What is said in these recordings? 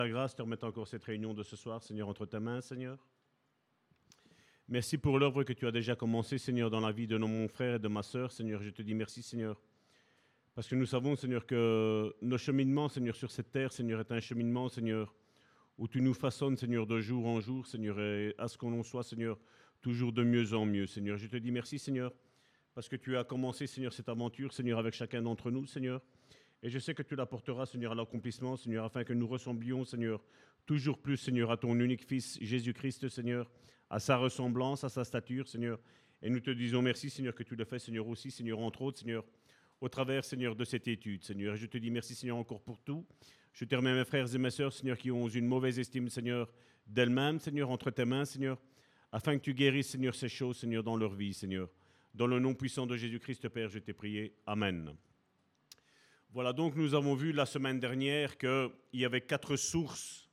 Ta grâce, te remettre encore cette réunion de ce soir, Seigneur, entre tes mains, Seigneur. Merci pour l'œuvre que tu as déjà commencée, Seigneur, dans la vie de mon frère et de ma sœur, Seigneur. Je te dis merci, Seigneur. Parce que nous savons, Seigneur, que nos cheminements, Seigneur, sur cette terre, Seigneur, est un cheminement, Seigneur, où tu nous façonnes, Seigneur, de jour en jour, Seigneur, et à ce qu'on en soit, Seigneur, toujours de mieux en mieux, Seigneur. Je te dis merci, Seigneur, parce que tu as commencé, Seigneur, cette aventure, Seigneur, avec chacun d'entre nous, Seigneur. Et je sais que tu la porteras, Seigneur, à l'accomplissement, Seigneur, afin que nous ressemblions, Seigneur, toujours plus, Seigneur, à ton unique Fils, Jésus-Christ, Seigneur, à sa ressemblance, à sa stature, Seigneur. Et nous te disons merci, Seigneur, que tu le fais, Seigneur, aussi, Seigneur, entre autres, Seigneur, au travers, Seigneur, de cette étude, Seigneur. Et je te dis merci, Seigneur, encore pour tout. Je te remets mes frères et mes sœurs, Seigneur, qui ont une mauvaise estime, Seigneur, d'elles-mêmes, Seigneur, entre tes mains, Seigneur, afin que tu guérisses, Seigneur, ces choses, Seigneur, dans leur vie, Seigneur. Dans le nom puissant de Jésus-Christ, Père, je t'ai prié. Amen. Voilà, donc nous avons vu la semaine dernière qu'il y avait 4 sources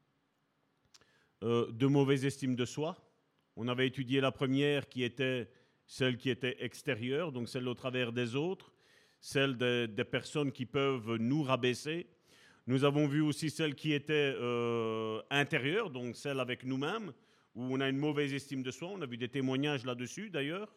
de mauvaise estime de soi. On avait étudié la première qui était celle qui était extérieure, donc celle au travers des autres, celle des personnes qui peuvent nous rabaisser. Nous avons vu aussi celle qui était intérieure, donc celle avec nous-mêmes, où on a une mauvaise estime de soi. On a vu des témoignages là-dessus d'ailleurs.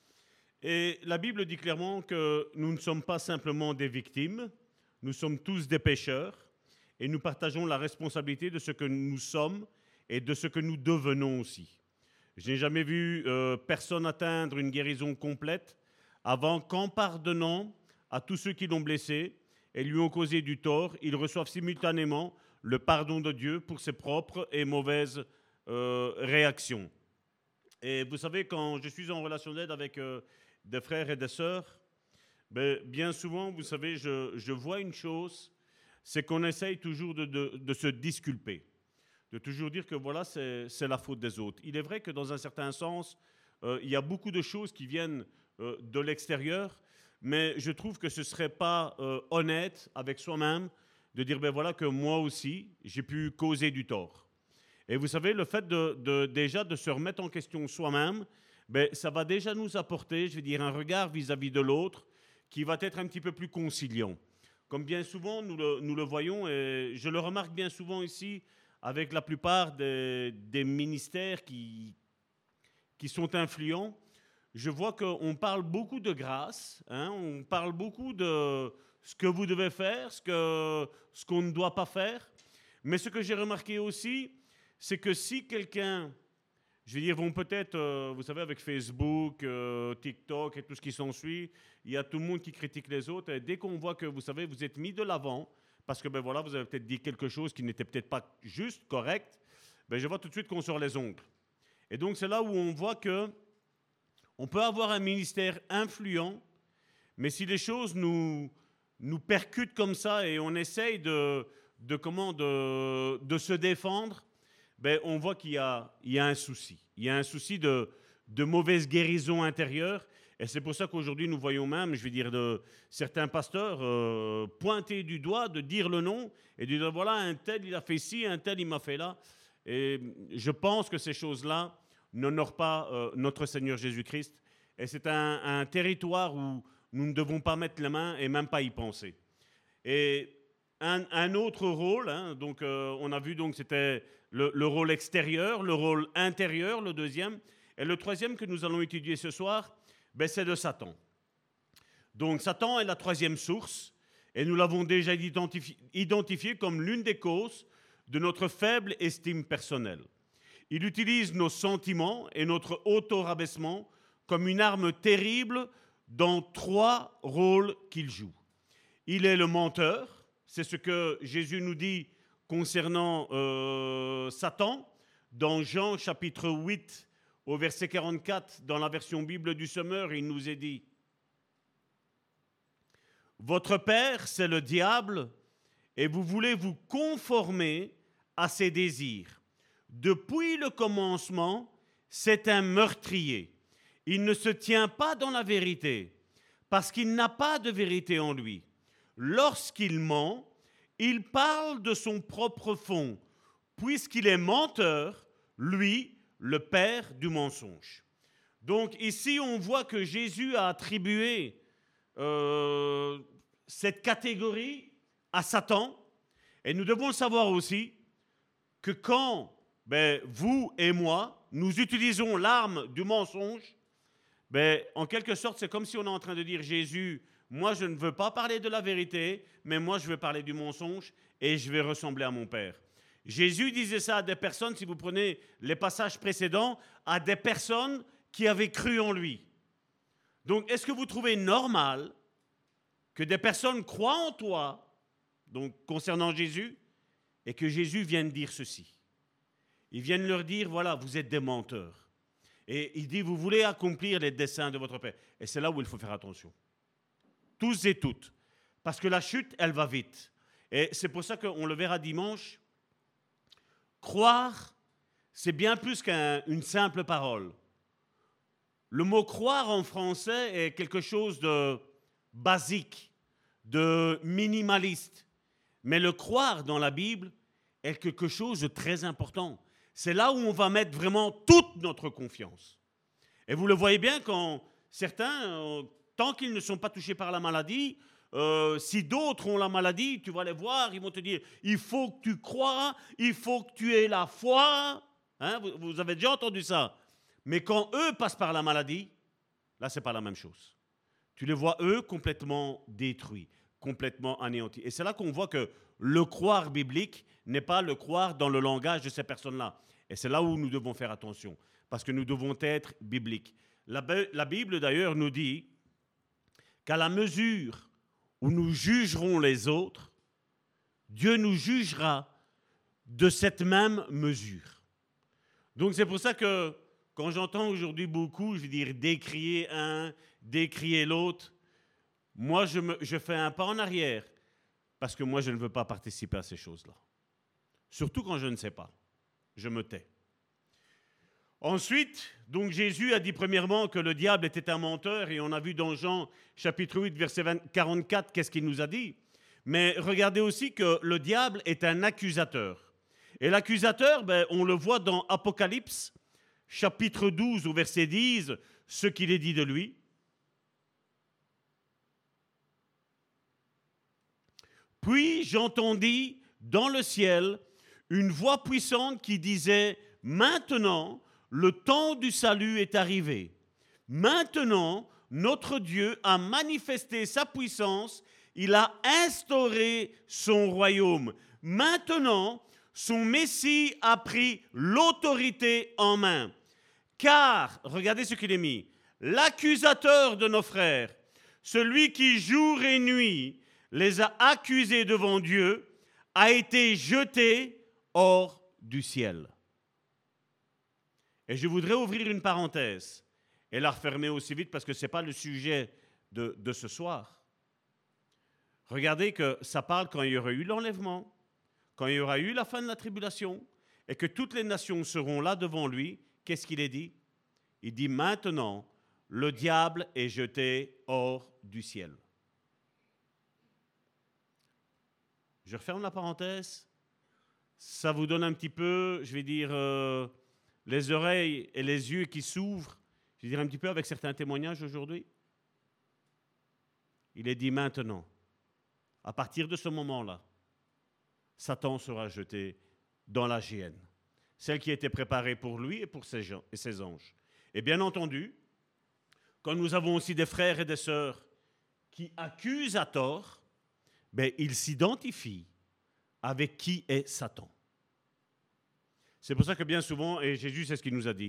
Et la Bible dit clairement que nous ne sommes pas simplement des victimes, nous sommes tous des pécheurs et nous partageons la responsabilité de ce que nous sommes et de ce que nous devenons aussi. Je n'ai jamais vu personne atteindre une guérison complète avant qu'en pardonnant à tous ceux qui l'ont blessé et lui ont causé du tort, ils reçoivent simultanément le pardon de Dieu pour ses propres et mauvaises réactions. Et vous savez, quand je suis en relation d'aide avec des frères et des sœurs, bien souvent, vous savez, je vois une chose, c'est qu'on essaye toujours de se disculper, de toujours dire que voilà, c'est la faute des autres. Il est vrai que dans un certain sens, il y a beaucoup de choses qui viennent de l'extérieur, mais je trouve que ce ne serait pas honnête avec soi-même de dire, voilà, que moi aussi, j'ai pu causer du tort. Et vous savez, le fait déjà de se remettre en question soi-même, ça va déjà nous apporter, je veux dire, un regard vis-à-vis de l'autre qui va être un petit peu plus conciliant. Comme bien souvent, nous le voyons, et je le remarque bien souvent ici, avec la plupart des ministères qui sont influents, je vois qu'on parle beaucoup de grâce, hein, on parle beaucoup de ce que vous devez faire, ce qu'on ne doit pas faire. Mais ce que j'ai remarqué aussi, c'est que si quelqu'un, je veux dire, vont peut-être, vous savez, avec Facebook, TikTok et tout ce qui s'ensuit, il y a tout le monde qui critique les autres. Et dès qu'on voit que, vous savez, vous êtes mis de l'avant, parce que voilà, vous avez peut-être dit quelque chose qui n'était peut-être pas juste, correct, je vois tout de suite qu'on sort les ongles. Et donc c'est là où on voit que on peut avoir un ministère influent, mais si les choses nous percutent comme ça et on essaye de se défendre, on voit qu'il y a un souci. Il y a un souci de mauvaise guérison intérieure. Et c'est pour ça qu'aujourd'hui, nous voyons même, je vais dire, de certains pasteurs pointer du doigt, de dire le nom et de dire, voilà, un tel, il a fait ci, un tel, il m'a fait là. Et je pense que ces choses-là n'honorent pas notre Seigneur Jésus-Christ. Et c'est un territoire où nous ne devons pas mettre la main et même pas y penser. Et un autre rôle, hein, donc on a vu, donc c'était le rôle extérieur, le rôle intérieur, le deuxième. Et le troisième que nous allons étudier ce soir, c'est de Satan. Donc Satan est la troisième source, et nous l'avons déjà identifié comme l'une des causes de notre faible estime personnelle. Il utilise nos sentiments et notre auto-rabaissement comme une arme terrible dans 3 rôles qu'il joue. Il est le menteur, c'est ce que Jésus nous dit concernant Satan, dans Jean chapitre 8, au verset 44, dans la version Bible du Semeur, il nous est dit « Votre père, c'est le diable, et vous voulez vous conformer à ses désirs. Depuis le commencement, c'est un meurtrier. Il ne se tient pas dans la vérité, parce qu'il n'a pas de vérité en lui. Lorsqu'il ment, il parle de son propre fond, puisqu'il est menteur, lui, le père du mensonge. » Donc ici, on voit que Jésus a attribué cette catégorie à Satan. Et nous devons le savoir aussi, que quand vous et moi, nous utilisons l'arme du mensonge, en quelque sorte, c'est comme si on est en train de dire, Jésus, moi je ne veux pas parler de la vérité, mais moi je veux parler du mensonge et je vais ressembler à mon Père. Jésus disait ça à des personnes, si vous prenez les passages précédents, à des personnes qui avaient cru en lui. Donc, est-ce que vous trouvez normal que des personnes croient en toi, donc concernant Jésus, et que Jésus vienne dire ceci? Il vient leur dire, voilà, vous êtes des menteurs. Et il dit, vous voulez accomplir les desseins de votre Père. Et c'est là où il faut faire attention. Tous et toutes. Parce que la chute, elle va vite. Et c'est pour ça qu'on le verra dimanche. Croire, c'est bien plus qu'une simple parole. Le mot croire en français est quelque chose de basique, de minimaliste. Mais le croire dans la Bible est quelque chose de très important. C'est là où on va mettre vraiment toute notre confiance. Et vous le voyez bien quand certains, tant qu'ils ne sont pas touchés par la maladie, si d'autres ont la maladie, tu vas les voir, ils vont te dire, il faut que tu crois, il faut que tu aies la foi. Hein, vous avez déjà entendu ça. Mais quand eux passent par la maladie, là, ce n'est pas la même chose. Tu les vois, eux, complètement détruits, complètement anéantis. Et c'est là qu'on voit que le croire biblique n'est pas le croire dans le langage de ces personnes-là. Et c'est là où nous devons faire attention, parce que nous devons être bibliques. La Bible, d'ailleurs, nous dit qu'à la mesure où nous jugerons les autres, Dieu nous jugera de cette même mesure. Donc c'est pour ça que quand j'entends aujourd'hui beaucoup, je veux dire, décrier un, décrier l'autre, moi je fais un pas en arrière, parce que moi je ne veux pas participer à ces choses-là. Surtout quand je ne sais pas. Je me tais. Ensuite, donc Jésus a dit premièrement que le diable était un menteur, et on a vu dans Jean chapitre 8, verset 44, qu'est-ce qu'il nous a dit. Mais regardez aussi que le diable est un accusateur. Et l'accusateur, on le voit dans Apocalypse, chapitre 12, au verset 10, ce qu'il est dit de lui. Puis j'entendis dans le ciel une voix puissante qui disait « Maintenant, le temps du salut est arrivé. Maintenant, notre Dieu a manifesté sa puissance, il a instauré son royaume. Maintenant, son Messie a pris l'autorité en main. Car, regardez ce qu'il est mis, l'accusateur de nos frères, celui qui jour et nuit les a accusés devant Dieu, a été jeté hors du ciel. » Et je voudrais ouvrir une parenthèse et la refermer aussi vite parce que ce n'est pas le sujet de ce soir. Regardez que ça parle quand il y aura eu l'enlèvement, quand il y aura eu la fin de la tribulation et que toutes les nations seront là devant lui. Qu'est-ce qu'il est dit? Il dit maintenant, le diable est jeté hors du ciel. Je referme la parenthèse. Ça vous donne un petit peu, je vais dire, les oreilles et les yeux qui s'ouvrent, je vais dire un petit peu avec certains témoignages aujourd'hui. Il est dit maintenant, à partir de ce moment-là, Satan sera jeté dans la géhenne, celle qui était préparée pour lui et pour ses anges. Et bien entendu, quand nous avons aussi des frères et des sœurs qui accusent à tort, ils s'identifient avec qui est Satan. C'est pour ça que bien souvent, et Jésus c'est ce qu'il nous a dit,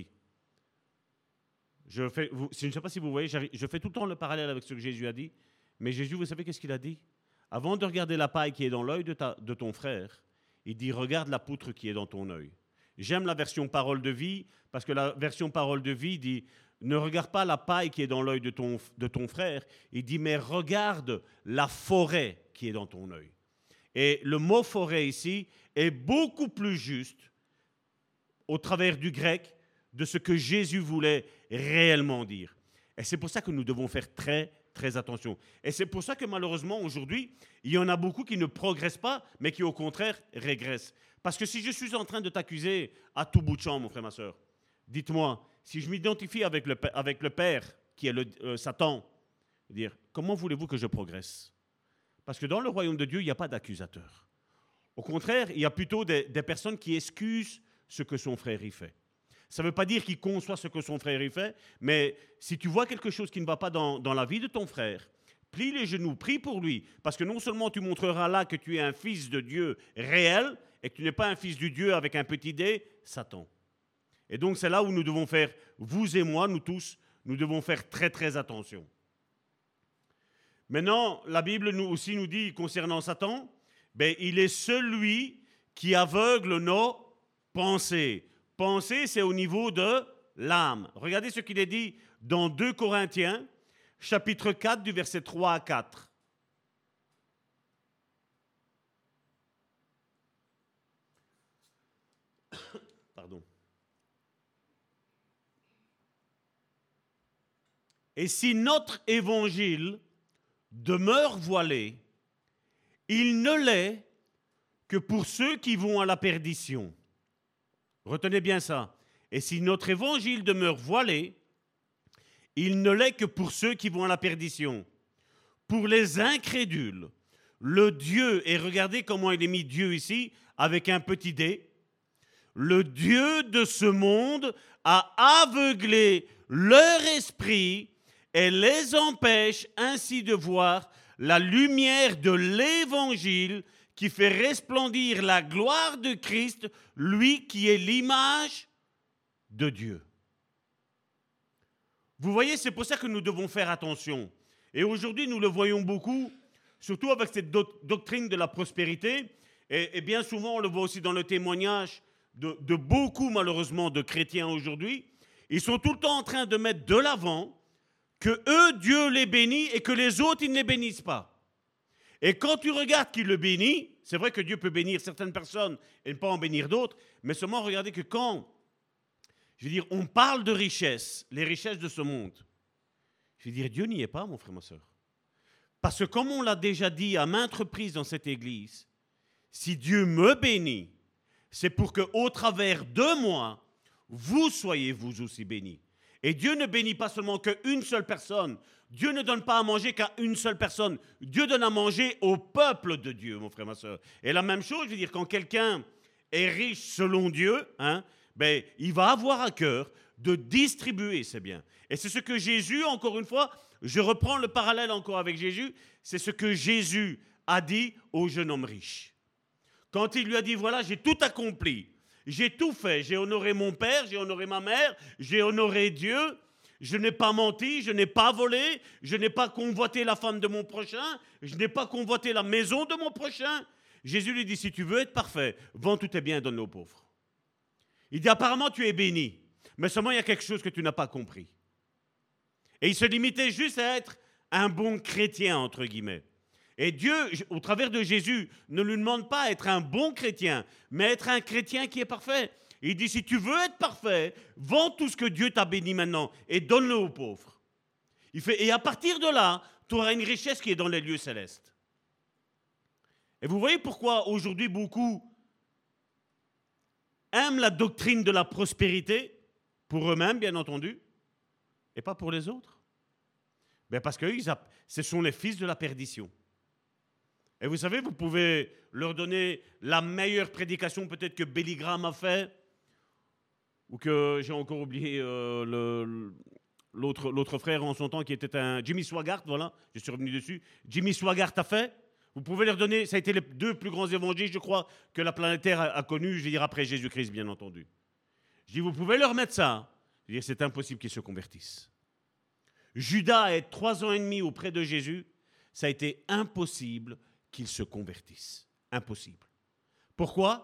je ne sais pas si vous voyez, je fais tout le temps le parallèle avec ce que Jésus a dit, mais Jésus, vous savez qu'est-ce qu'il a dit? Avant de regarder la paille qui est dans l'œil de ton frère, il dit, regarde la poutre qui est dans ton œil. J'aime la version parole de vie, parce que la version parole de vie dit, ne regarde pas la paille qui est dans l'œil de ton frère, il dit, mais regarde la forêt qui est dans ton œil. Et le mot forêt ici est beaucoup plus juste, au travers du grec, de ce que Jésus voulait réellement dire. Et c'est pour ça que nous devons faire très, très attention. Et c'est pour ça que malheureusement, aujourd'hui, il y en a beaucoup qui ne progressent pas, mais qui au contraire régressent. Parce que si je suis en train de t'accuser à tout bout de champ, mon frère, ma soeur, dites-moi, si je m'identifie avec le Père, qui est Satan, dire, comment voulez-vous que je progresse? Parce que dans le royaume de Dieu, il n'y a pas d'accusateur. Au contraire, il y a plutôt des personnes qui excusent ce que son frère y fait. Ça ne veut pas dire qu'il conçoit ce que son frère y fait, mais si tu vois quelque chose qui ne va pas dans la vie de ton frère, plie les genoux, prie pour lui, parce que non seulement tu montreras là que tu es un fils de Dieu réel, et que tu n'es pas un fils du Dieu avec un petit dé, Satan. Et donc c'est là où nous devons faire, vous et moi, nous tous, nous devons faire très très attention. Maintenant, la Bible aussi nous dit concernant Satan, il est celui qui aveugle nos pensées. Penser, c'est au niveau de l'âme. Regardez ce qu'il est dit dans 2 Corinthiens, chapitre 4, du verset 3 à 4. Pardon. Et si notre évangile demeure voilé, il ne l'est que pour ceux qui vont à la perdition. Retenez bien ça. Et si notre évangile demeure voilé, il ne l'est que pour ceux qui vont à la perdition. Pour les incrédules, le Dieu, et regardez comment il est mis Dieu ici, avec un petit d, le Dieu de ce monde a aveuglé leur esprit et les empêche ainsi de voir la lumière de l'évangile qui fait resplendir la gloire de Christ, lui qui est l'image de Dieu. Vous voyez, c'est pour ça que nous devons faire attention. Et aujourd'hui, nous le voyons beaucoup, surtout avec cette doctrine de la prospérité. Et bien souvent, on le voit aussi dans le témoignage de beaucoup, malheureusement, de chrétiens aujourd'hui. Ils sont tout le temps en train de mettre de l'avant que eux, Dieu les bénit et que les autres, ils ne les bénissent pas. Et quand tu regardes qui le bénit, c'est vrai que Dieu peut bénir certaines personnes et ne pas en bénir d'autres, mais seulement regardez que quand, on parle de richesses, les richesses de ce monde, Dieu n'y est pas, mon frère, ma soeur. Parce que comme on l'a déjà dit à maintes reprises dans cette église, si Dieu me bénit, c'est pour qu'au travers de moi, vous soyez vous aussi bénis. Et Dieu ne bénit pas seulement qu'une seule personne. Dieu ne donne pas à manger qu'à une seule personne. Dieu donne à manger au peuple de Dieu, mon frère, ma soeur. Et la même chose, quand quelqu'un est riche selon Dieu, il va avoir à cœur de distribuer ses biens. Et c'est ce que Jésus, encore une fois, je reprends le parallèle encore avec Jésus, c'est ce que Jésus a dit au jeune homme riche. Quand il lui a dit, voilà, j'ai tout accompli. J'ai tout fait, j'ai honoré mon père, j'ai honoré ma mère, j'ai honoré Dieu, je n'ai pas menti, je n'ai pas volé, je n'ai pas convoité la femme de mon prochain, je n'ai pas convoité la maison de mon prochain. Jésus lui dit, si tu veux être parfait, vends tous tes biens et donne-les aux pauvres. Il dit, apparemment tu es béni, mais seulement il y a quelque chose que tu n'as pas compris. Et il se limitait juste à être un bon chrétien, entre guillemets. Et Dieu, au travers de Jésus, ne lui demande pas d'être un bon chrétien, mais être un chrétien qui est parfait. Il dit, si tu veux être parfait, vends tout ce que Dieu t'a béni maintenant et donne-le aux pauvres. Et à partir de là, tu auras une richesse qui est dans les lieux célestes. Et vous voyez pourquoi aujourd'hui beaucoup aiment la doctrine de la prospérité, pour eux-mêmes bien entendu, et pas pour les autres. Parce que ce sont les fils de la perdition. Et vous savez, vous pouvez leur donner la meilleure prédication peut-être que Billy Graham a fait, ou que j'ai encore oublié l'autre frère en son temps qui était un Jimmy Swaggart, voilà, je suis revenu dessus. Jimmy Swaggart a fait. Vous pouvez leur donner, ça a été les 2 plus grands évangiles, je crois, que la planète Terre a connus, après Jésus-Christ, bien entendu. Je dis, vous pouvez leur mettre ça. Je dis, c'est impossible qu'ils se convertissent. Judas est 3 ans et demi auprès de Jésus, ça a été impossible qu'il se convertisse. Impossible. Pourquoi ?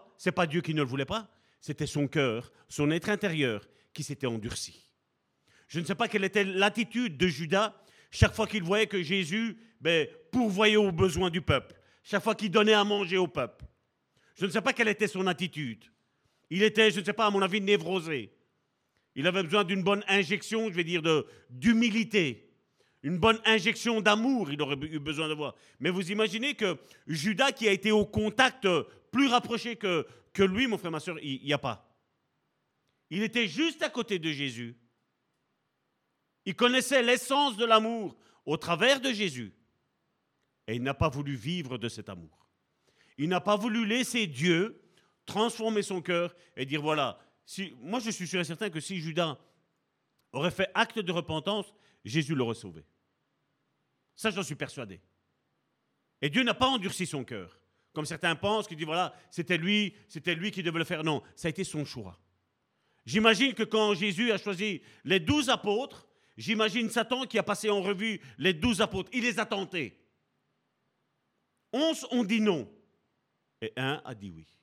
Ce n'est pas Dieu qui ne le voulait pas, c'était son cœur, son être intérieur qui s'était endurci. Je ne sais pas quelle était l'attitude de Judas chaque fois qu'il voyait que Jésus pourvoyait aux besoins du peuple, chaque fois qu'il donnait à manger au peuple. Je ne sais pas quelle était son attitude. Il était, je ne sais pas, à mon avis, névrosé. Il avait besoin d'une bonne injection, d'humilité. Une bonne injection d'amour, il aurait eu besoin de voir. Mais vous imaginez que Judas, qui a été au contact plus rapproché que lui, mon frère, ma soeur, il n'y a pas. Il était juste à côté de Jésus. Il connaissait l'essence de l'amour au travers de Jésus. Et il n'a pas voulu vivre de cet amour. Il n'a pas voulu laisser Dieu transformer son cœur et dire voilà, moi je suis sûr et certain que si Judas aurait fait acte de repentance, Jésus l'aurait sauvé. Ça, j'en suis persuadé. Et Dieu n'a pas endurci son cœur. Comme certains pensent, qui disent voilà, c'était lui qui devait le faire. Non, ça a été son choix. J'imagine que quand Jésus a choisi les 12 apôtres, j'imagine Satan qui a passé en revue les 12 apôtres. Il les a tentés. 11 ont dit non. Et un a dit oui.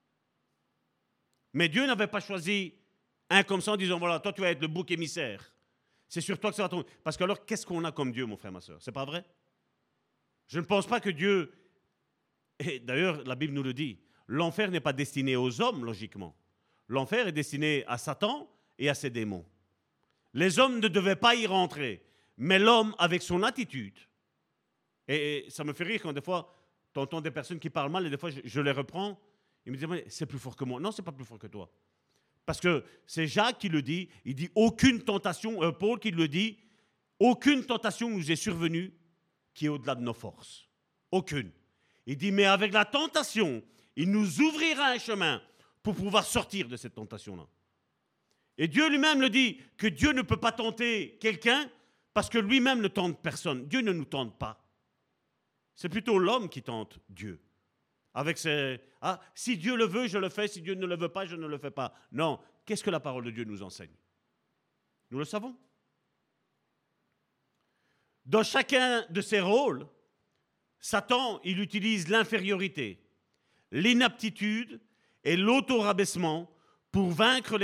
Mais Dieu n'avait pas choisi un comme ça en disant voilà, toi tu vas être le bouc émissaire. C'est sur toi que ça va tomber. Parce qu'alors, qu'est-ce qu'on a comme Dieu, mon frère, ma soeur? C'est pas vrai? Je ne pense pas que Dieu... Et d'ailleurs, la Bible nous le dit. L'enfer n'est pas destiné aux hommes, logiquement. L'enfer est destiné à Satan et à ses démons. Les hommes ne devaient pas y rentrer. Mais l'homme, avec son attitude, et ça me fait rire quand des fois, tu entends des personnes qui parlent mal et des fois, je les reprends. Ils me disent, c'est plus fort que moi. Non, c'est pas plus fort que toi. Parce que c'est Jacques qui le dit. Il dit, aucune tentation, Paul qui le dit, aucune tentation nous est survenue qui est au-delà de nos forces. Aucune. Il dit, mais avec la tentation, il nous ouvrira un chemin pour pouvoir sortir de cette tentation-là. Et Dieu lui-même le dit, que Dieu ne peut pas tenter quelqu'un parce que lui-même ne tente personne. Dieu ne nous tente pas. C'est plutôt l'homme qui tente Dieu. Avec ses... Ah, si Dieu le veut, je le fais. Si Dieu ne le veut pas, je ne le fais pas. Non. Qu'est-ce que la parole de Dieu nous enseigne? Nous le savons. Dans chacun de ses rôles, Satan, il utilise l'infériorité, l'inaptitude et l'auto-rabaissement pour vaincre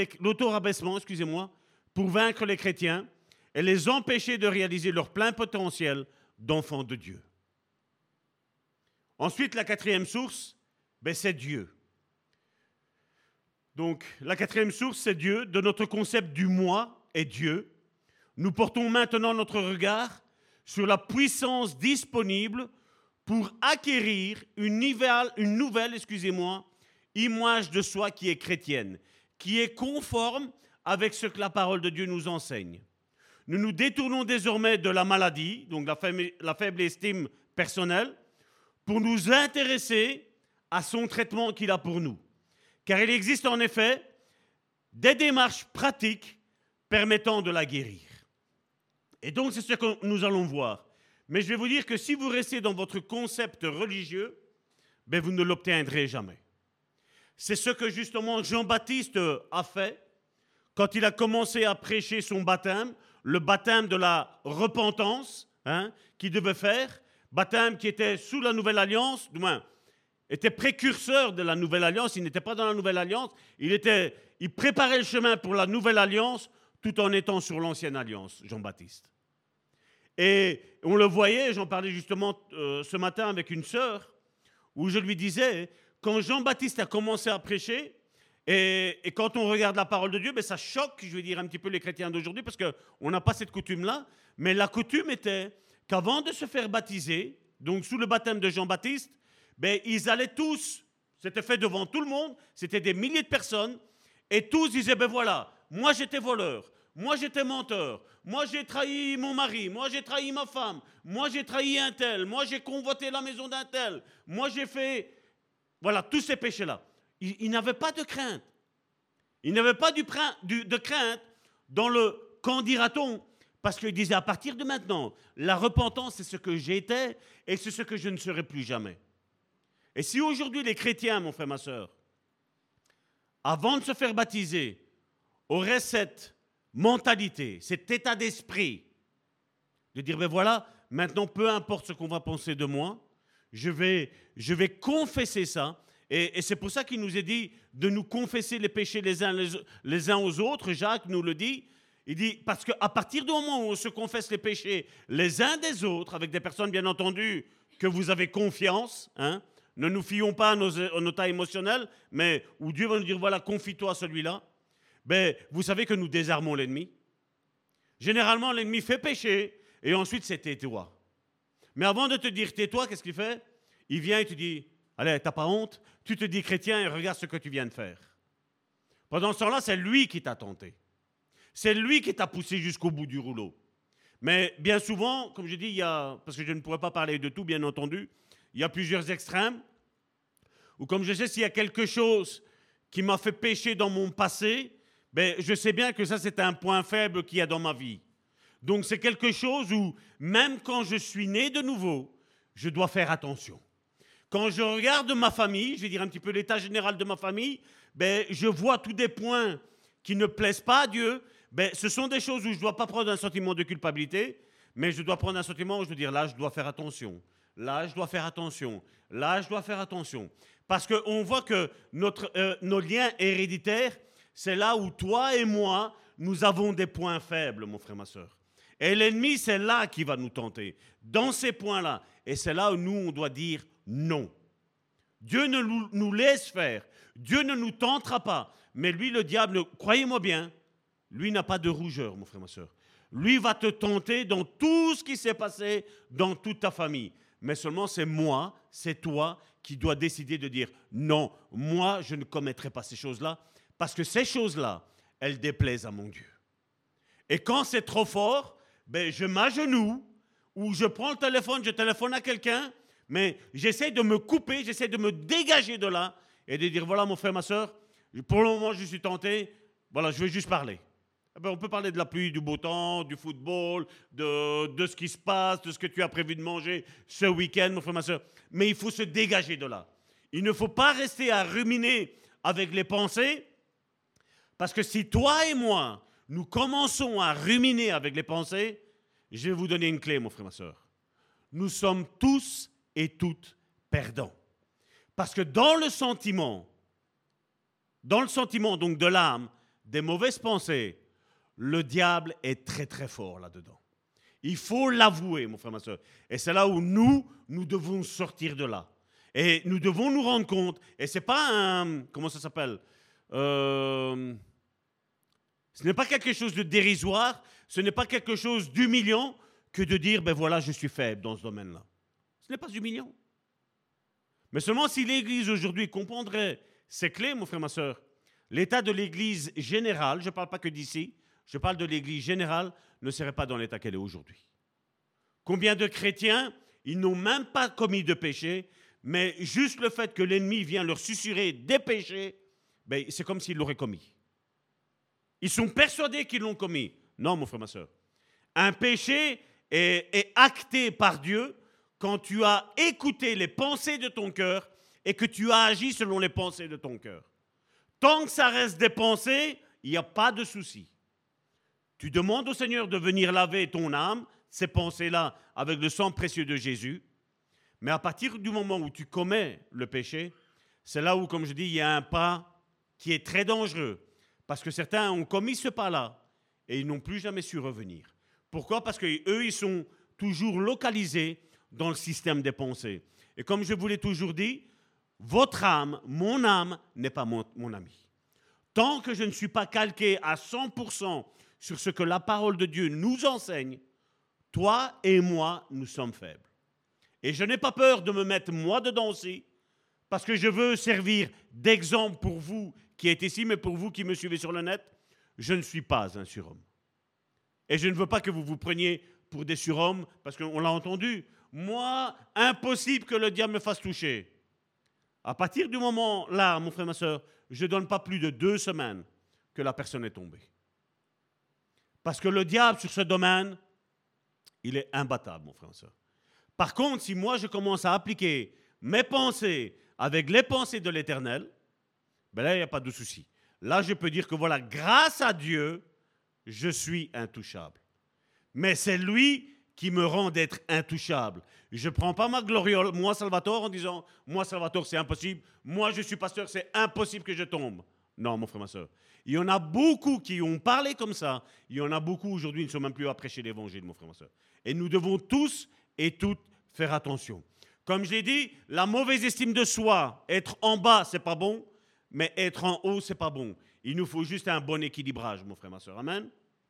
les chrétiens et les empêcher de réaliser leur plein potentiel d'enfants de Dieu. Ensuite, la quatrième source, c'est Dieu. Donc, la quatrième source, c'est Dieu. De notre concept du moi est Dieu. Nous portons maintenant notre regard sur la puissance disponible pour acquérir une nouvelle image de soi qui est chrétienne, qui est conforme avec ce que la parole de Dieu nous enseigne. Nous nous détournons désormais de la maladie, donc la faible estime personnelle, pour nous intéresser à son traitement qu'il a pour nous. Car il existe en effet des démarches pratiques permettant de la guérir. Et donc c'est ce que nous allons voir. Mais je vais vous dire que si vous restez dans votre concept religieux, vous ne l'obtiendrez jamais. C'est ce que justement Jean-Baptiste a fait quand il a commencé à prêcher son baptême, le baptême de la repentance qu'il devait faire, baptême qui était sous la Nouvelle Alliance, du moins était précurseur de la Nouvelle Alliance, il n'était pas dans la Nouvelle Alliance, il préparait le chemin pour la Nouvelle Alliance tout en étant sur l'Ancienne Alliance, Jean-Baptiste. Et on le voyait, j'en parlais justement ce matin avec une sœur, où je lui disais, quand Jean-Baptiste a commencé à prêcher, et quand on regarde la parole de Dieu, ça choque, je vais dire, un petit peu les chrétiens d'aujourd'hui, parce qu'on n'a pas cette coutume-là, mais la coutume était qu'avant de se faire baptiser, donc sous le baptême de Jean-Baptiste, ils allaient tous, c'était fait devant tout le monde, c'était des milliers de personnes, et tous disaient, voilà, moi j'étais voleur, moi j'étais menteur, moi j'ai trahi mon mari, moi j'ai trahi ma femme, moi j'ai trahi un tel, moi j'ai convoité la maison d'un tel, moi j'ai fait, voilà, tous ces péchés-là. Ils n'avaient pas de crainte. Ils n'avaient pas de crainte dans le « qu'en dira-t-on » parce qu'ils disaient à partir de maintenant, la repentance c'est ce que j'étais et c'est ce que je ne serai plus jamais. Et si aujourd'hui les chrétiens, mon frère, ma soeur, avant de se faire baptiser, auraient cette mentalité, cet état d'esprit, de dire, voilà, maintenant, peu importe ce qu'on va penser de moi, je vais confesser ça. Et c'est pour ça qu'il nous est dit de nous confesser les péchés les uns aux autres. Jacques nous le dit. Il dit, parce qu'à partir du moment où on se confesse les péchés les uns des autres, avec des personnes, bien entendu, que vous avez confiance, ne nous fions pas à nos états émotionnels, mais où Dieu va nous dire, voilà, confie-toi à celui-là, vous savez que nous désarmons l'ennemi. Généralement, l'ennemi fait pécher, et ensuite, c'est tais-toi. Mais avant de te dire tais-toi, qu'est-ce qu'il fait? Il vient et te dit, allez, t'as pas honte? Tu te dis chrétien et regarde ce que tu viens de faire. Pendant ce temps-là, c'est lui qui t'a tenté. C'est lui qui t'a poussé jusqu'au bout du rouleau. Mais bien souvent, comme je dis, parce que je ne pourrais pas parler de tout, bien entendu, il y a plusieurs extrêmes. ou comme je sais s'il y a quelque chose qui m'a fait pécher dans mon passé, ben, je sais bien que ça, c'est un point faible qu'il y a dans ma vie. Donc, c'est quelque chose où, même quand je suis né de nouveau, je dois faire attention. Quand je regarde ma famille, je vais dire un petit peu l'état général de ma famille, ben, je vois tous des points qui ne plaisent pas à Dieu. Ben, ce sont des choses où je ne dois pas prendre un sentiment de culpabilité, mais je dois prendre un sentiment où je dois dire, là, je dois faire attention. Là, je dois faire attention. Là, je dois faire attention. Parce qu'on voit que nos liens héréditaires, c'est là où toi et moi, nous avons des points faibles, mon frère, ma soeur. Et l'ennemi, c'est là qui va nous tenter, dans ces points-là. Et c'est là où nous, on doit dire non. Dieu ne nous laisse faire. Dieu ne nous tentera pas. Mais lui, le diable, croyez-moi bien, lui n'a pas de rougeur, mon frère, ma soeur. Lui va te tenter dans tout ce qui s'est passé dans toute ta famille. Mais seulement c'est moi, c'est toi qui dois décider de dire non, moi, je ne commettrai pas ces choses-là parce que ces choses-là, elles déplaisent à mon Dieu. Et quand c'est trop fort, ben, je m'agenouille ou je prends le téléphone, je téléphone à quelqu'un, mais j'essaie de me couper, j'essaie de me dégager de là et de dire voilà mon frère, ma soeur, pour le moment je suis tenté, voilà, je veux juste parler. Eh bien, on peut parler de la pluie, du beau temps, du football, de ce qui se passe, de ce que tu as prévu de manger ce week-end, mon frère, ma soeur. Mais il faut se dégager de là. Il ne faut pas rester à ruminer avec les pensées, parce que si toi et moi, nous commençons à ruminer avec les pensées, je vais vous donner une clé, mon frère, ma soeur. Nous sommes tous et toutes perdants. Parce que dans le sentiment donc de l'âme, des mauvaises pensées, le diable est très très fort là-dedans. Il faut l'avouer, mon frère, ma soeur. Et c'est là où nous devons sortir de là. Et nous devons nous rendre compte, et ce n'est pas un, comment ça s'appelle ce n'est pas quelque chose de dérisoire, ce n'est pas quelque chose d'humiliant que de dire, ben voilà, je suis faible dans ce domaine-là. Ce n'est pas humiliant. Mais seulement si l'Église aujourd'hui comprendrait ces clés, mon frère, ma soeur, l'état de l'Église générale, je ne parle pas que d'ici, je parle de l'Église générale, ne serait pas dans l'état qu'elle est aujourd'hui. Combien de chrétiens, ils n'ont même pas commis de péché, mais juste le fait que l'ennemi vient leur susurrer des péchés, ben, c'est comme s'ils l'auraient commis. Ils sont persuadés qu'ils l'ont commis. Non, mon frère, ma soeur. Un péché est acté par Dieu quand tu as écouté les pensées de ton cœur et que tu as agi selon les pensées de ton cœur. Tant que ça reste des pensées, il n'y a pas de souci. Tu demandes au Seigneur de venir laver ton âme, ces pensées-là, avec le sang précieux de Jésus. Mais à partir du moment où tu commets le péché, c'est là où, comme je dis, il y a un pas qui est très dangereux. Parce que certains ont commis ce pas-là et ils n'ont plus jamais su revenir. Pourquoi ? Parce qu'eux, ils sont toujours localisés dans le système des pensées. Et comme je vous l'ai toujours dit, votre âme, mon âme, n'est pas mon ami. Tant que je ne suis pas calqué à 100% sur ce que la parole de Dieu nous enseigne, toi et moi, nous sommes faibles. Et je n'ai pas peur de me mettre moi dedans aussi, parce que je veux servir d'exemple pour vous qui êtes ici, mais pour vous qui me suivez sur le net, je ne suis pas un surhomme. Et je ne veux pas que vous vous preniez pour des surhommes, parce qu'on l'a entendu. Moi, impossible que le diable me fasse toucher. À partir du moment là, mon frère, ma soeur, je ne donne pas plus de 2 semaines que la personne est tombée. Parce que le diable, sur ce domaine, il est imbattable, mon frère, ma soeur. Par contre, si moi, je commence à appliquer mes pensées avec les pensées de l'Éternel, ben là, il n'y a pas de souci. Là, je peux dire que voilà, grâce à Dieu, je suis intouchable. Mais c'est lui qui me rend d'être intouchable. Je ne prends pas ma gloriole, moi, Salvatore, en disant, moi, Salvatore, c'est impossible. Moi, je suis pasteur, c'est impossible que je tombe. Non, mon frère, ma soeur. Il y en a beaucoup qui ont parlé comme ça. Il y en a beaucoup aujourd'hui qui ne sont même plus à prêcher l'évangile, mon frère, ma soeur. Et nous devons tous et toutes faire attention. Comme je l'ai dit, la mauvaise estime de soi, être en bas, c'est pas bon, mais être en haut, c'est pas bon. Il nous faut juste un bon équilibrage, mon frère, ma soeur. Amen.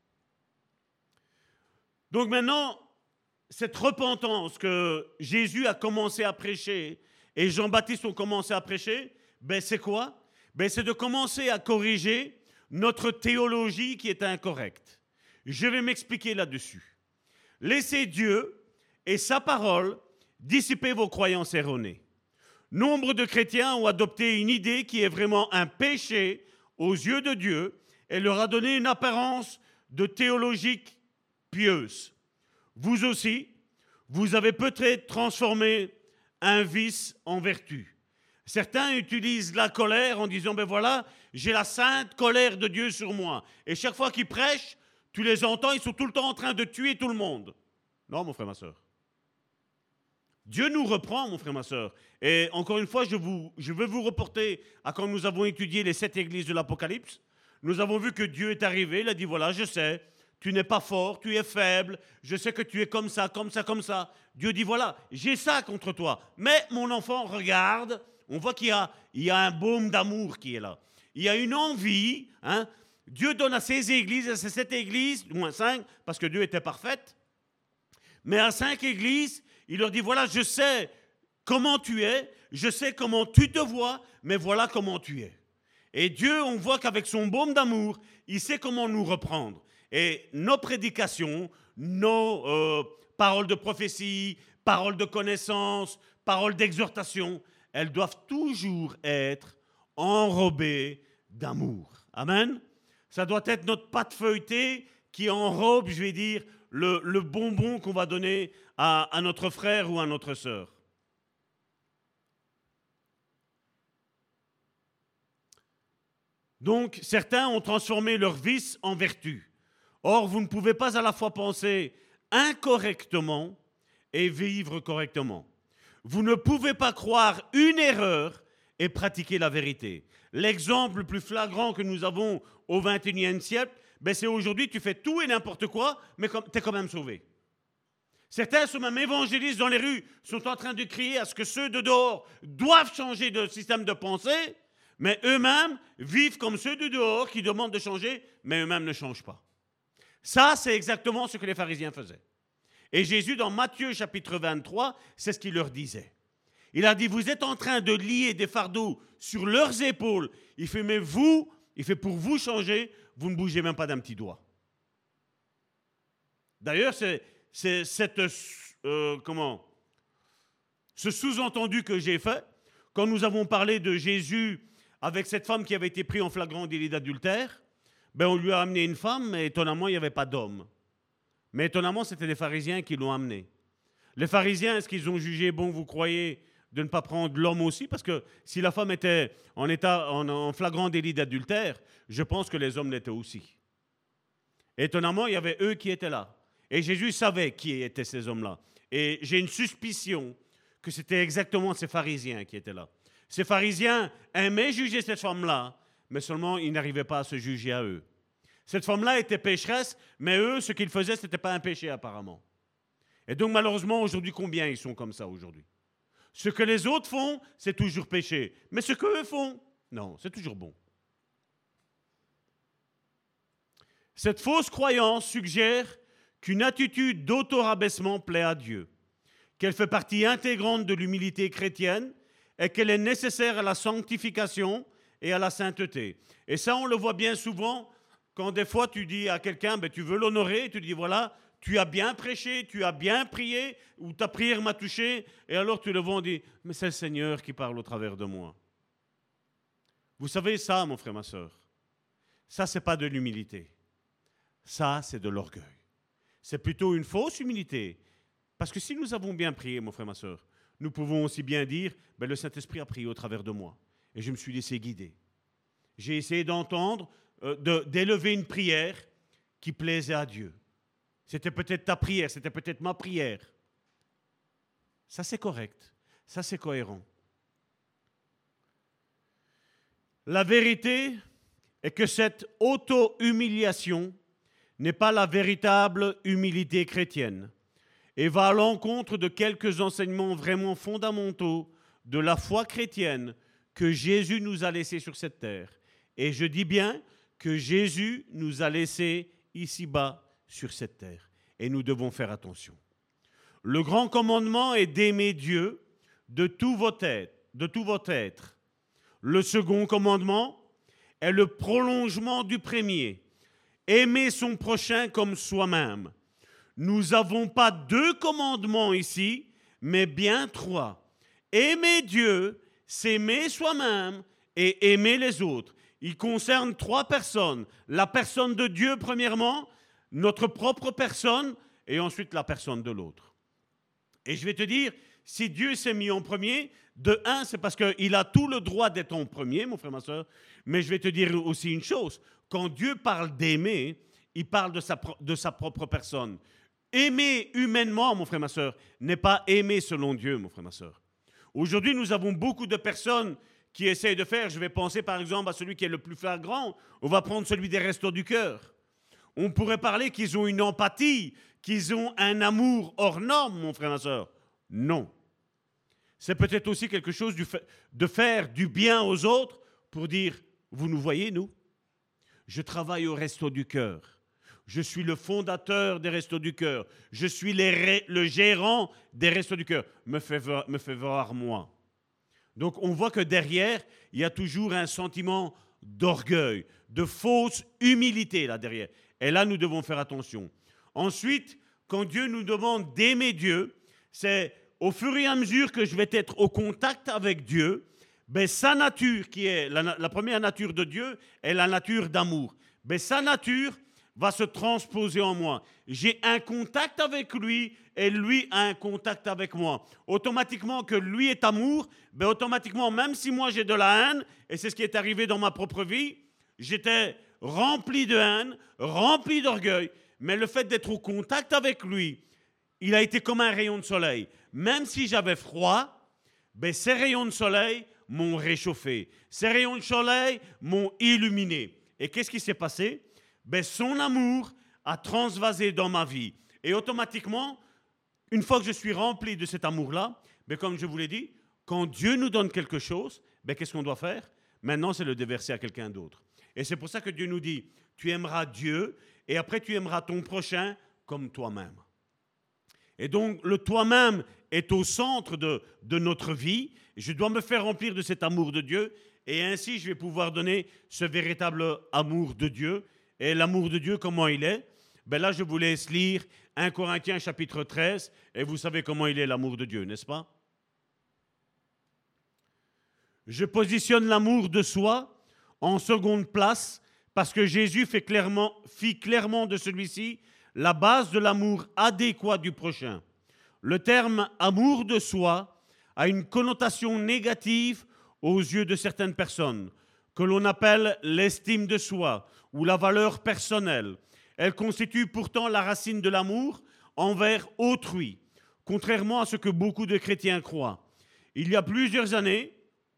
Donc maintenant, cette repentance que Jésus a commencé à prêcher et Jean-Baptiste ont commencé à prêcher, ben c'est quoi ? Ben c'est de commencer à corriger notre théologie qui est incorrecte. Je vais m'expliquer là-dessus. Laissez Dieu et sa parole dissiper vos croyances erronées. Nombre de chrétiens ont adopté une idée qui est vraiment un péché aux yeux de Dieu et leur a donné une apparence de théologique pieuse. Vous aussi, vous avez peut-être transformé un vice en vertu. Certains utilisent la colère en disant, ben voilà, j'ai la sainte colère de Dieu sur moi. Et chaque fois qu'ils prêchent, tu les entends, ils sont tout le temps en train de tuer tout le monde. Non, mon frère, ma soeur. Dieu nous reprend, mon frère, ma soeur. Et encore une fois, je veux vous reporter à quand nous avons étudié les 7 églises de l'Apocalypse. Nous avons vu que Dieu est arrivé, il a dit, voilà, je sais, tu n'es pas fort, tu es faible, je sais que tu es comme ça, comme ça, comme ça. Dieu dit, voilà, j'ai ça contre toi. Mais mon enfant, regarde, on voit qu'il y a un baume d'amour qui est là. Il y a une envie, hein. Dieu donne à ses églises, à ces 7 églises, du moins 5, parce que Dieu était parfaite, mais à 5 églises, il leur dit, voilà, je sais comment tu es, je sais comment tu te vois, mais voilà comment tu es. Et Dieu, on voit qu'avec son baume d'amour, il sait comment nous reprendre. Et nos prédications, nos paroles de prophétie, paroles de connaissance, paroles d'exhortation, elles doivent toujours être enrobées d'amour. Amen. Ça doit être notre pâte feuilletée qui enrobe, je vais dire, le bonbon qu'on va donner à notre frère ou à notre sœur. Donc, certains ont transformé leur vice en vertu. Or, vous ne pouvez pas à la fois penser incorrectement et vivre correctement. Vous ne pouvez pas croire une erreur et pratiquer la vérité. L'exemple le plus flagrant que nous avons au XXIe siècle, c'est aujourd'hui, tu fais tout et n'importe quoi, mais tu es quand même sauvé. Certains sont même évangélistes dans les rues, sont en train de crier à ce que ceux de dehors doivent changer de système de pensée, mais eux-mêmes vivent comme ceux de dehors qui demandent de changer, mais eux-mêmes ne changent pas. Ça, c'est exactement ce que les pharisiens faisaient. Et Jésus, dans Matthieu chapitre 23, c'est ce qu'il leur disait. Il a dit, vous êtes en train de lier des fardeaux sur leurs épaules. Il fait, mais vous, il fait pour vous changer, vous ne bougez même pas d'un petit doigt. D'ailleurs, c'est ce sous-entendu que j'ai fait quand nous avons parlé de Jésus avec cette femme qui avait été prise en flagrant délit d'adultère. On lui a amené une femme, mais étonnamment, il n'y avait pas d'homme. Mais étonnamment, c'était les pharisiens qui l'ont amené. Les pharisiens, est-ce qu'ils ont jugé, bon, vous croyez, de ne pas prendre l'homme aussi? Parce que si la femme était en flagrant délit d'adultère, je pense que les hommes l'étaient aussi. Étonnamment, il y avait eux qui étaient là. Et Jésus savait qui étaient ces hommes-là. Et j'ai une suspicion que c'était exactement ces pharisiens qui étaient là. Ces pharisiens aimaient juger cette femme-là, mais seulement ils n'arrivaient pas à se juger à eux. Cette femme-là était pécheresse, mais eux, ce qu'ils faisaient, ce n'était pas un péché apparemment. Et donc malheureusement, aujourd'hui, combien ils sont comme ça aujourd'hui? Ce que les autres font, c'est toujours péché. Mais ce qu'eux font, non, c'est toujours bon. Cette fausse croyance suggère qu'une attitude d'auto-rabaissement plaît à Dieu, qu'elle fait partie intégrante de l'humilité chrétienne et qu'elle est nécessaire à la sanctification et à la sainteté. Et ça, on le voit bien souvent quand des fois tu dis à quelqu'un, tu veux l'honorer, tu dis voilà, tu as bien prêché, tu as bien prié, ou ta prière m'a touché, et alors tu le vois, on dit, mais c'est le Seigneur qui parle au travers de moi. Vous savez ça, mon frère, ma soeur, ça, c'est pas de l'humilité. Ça, c'est de l'orgueil. C'est plutôt une fausse humilité. Parce que si nous avons bien prié, mon frère, ma soeur, nous pouvons aussi bien dire, le Saint-Esprit a prié au travers de moi, et je me suis laissé guider. J'ai essayé d'entendre, d'élever une prière qui plaisait à Dieu. C'était peut-être ta prière, c'était peut-être ma prière. Ça, c'est correct. Ça, c'est cohérent. La vérité est que cette auto-humiliation n'est pas la véritable humilité chrétienne et va à l'encontre de quelques enseignements vraiment fondamentaux de la foi chrétienne que Jésus nous a laissés sur cette terre. Et je dis bien que Jésus nous a laissés ici-bas sur cette terre. Et nous devons faire attention. Le grand commandement est d'aimer Dieu de tout votre être. Le second commandement est le prolongement du premier. Aimer son prochain comme soi-même. Nous n'avons pas 2 commandements ici, mais bien 3. Aimer Dieu s'aimer soi-même et aimer les autres. Il concerne 3 personnes. La personne de Dieu, premièrement, notre propre personne, et ensuite la personne de l'autre. Et je vais te dire, si Dieu s'est mis en premier, de un, c'est parce qu'il a tout le droit d'être en premier, mon frère, ma soeur. Mais je vais te dire aussi une chose. Quand Dieu parle d'aimer, il parle de sa propre personne. Aimer humainement, mon frère, ma soeur, n'est pas aimer selon Dieu, mon frère, ma soeur. Aujourd'hui, nous avons beaucoup de personnes qui essayent de faire. Je vais penser par exemple à celui qui est le plus flagrant. On va prendre celui des Restos du Cœur. On pourrait parler qu'ils ont une empathie, qu'ils ont un amour hors norme, mon frère, ma soeur. Non. C'est peut-être aussi quelque chose de faire du bien aux autres pour dire, vous nous voyez, nous? Je travaille au Resto du Cœur. Je suis le fondateur des Restos du Cœur. Je suis le gérant des Restos du Cœur. Me fait voir moi. Donc on voit que derrière, il y a toujours un sentiment d'orgueil, de fausse humilité là derrière. Et là, nous devons faire attention. Ensuite, quand Dieu nous demande d'aimer Dieu, c'est au fur et à mesure que je vais être au contact avec Dieu, ben, sa nature, qui est la première nature de Dieu, est la nature d'amour. Ben, sa nature va se transposer en moi. J'ai un contact avec lui et lui a un contact avec moi. Automatiquement que lui est amour, ben automatiquement, même si moi j'ai de la haine, et c'est ce qui est arrivé dans ma propre vie, j'étais rempli de haine, rempli d'orgueil, mais le fait d'être au contact avec lui, il a été comme un rayon de soleil. Même si j'avais froid, ben ces rayons de soleil m'ont réchauffé. Ces rayons de soleil m'ont illuminé. Et qu'est-ce qui s'est passé? Ben, son amour a transvasé dans ma vie. Et automatiquement, une fois que je suis rempli de cet amour-là, ben, comme je vous l'ai dit, quand Dieu nous donne quelque chose, ben, qu'est-ce qu'on doit faire? Maintenant, c'est le déverser à quelqu'un d'autre. Et c'est pour ça que Dieu nous dit, tu aimeras Dieu et après tu aimeras ton prochain comme toi-même. Et donc, le toi-même est au centre de notre vie. Je dois me faire remplir de cet amour de Dieu et ainsi, je vais pouvoir donner ce véritable amour de Dieu. Et l'amour de Dieu, comment il est? Ben là, je vous laisse lire 1 Corinthiens chapitre 13, et vous savez comment il est l'amour de Dieu, n'est-ce pas? Je positionne l'amour de soi en seconde place parce que Jésus fit clairement de celui-ci la base de l'amour adéquat du prochain. Le terme amour de soi a une connotation négative aux yeux de certaines personnes, que l'on appelle l'estime de soi ou la valeur personnelle. Elle constitue pourtant la racine de l'amour envers autrui, contrairement à ce que beaucoup de chrétiens croient. Il y a plusieurs années,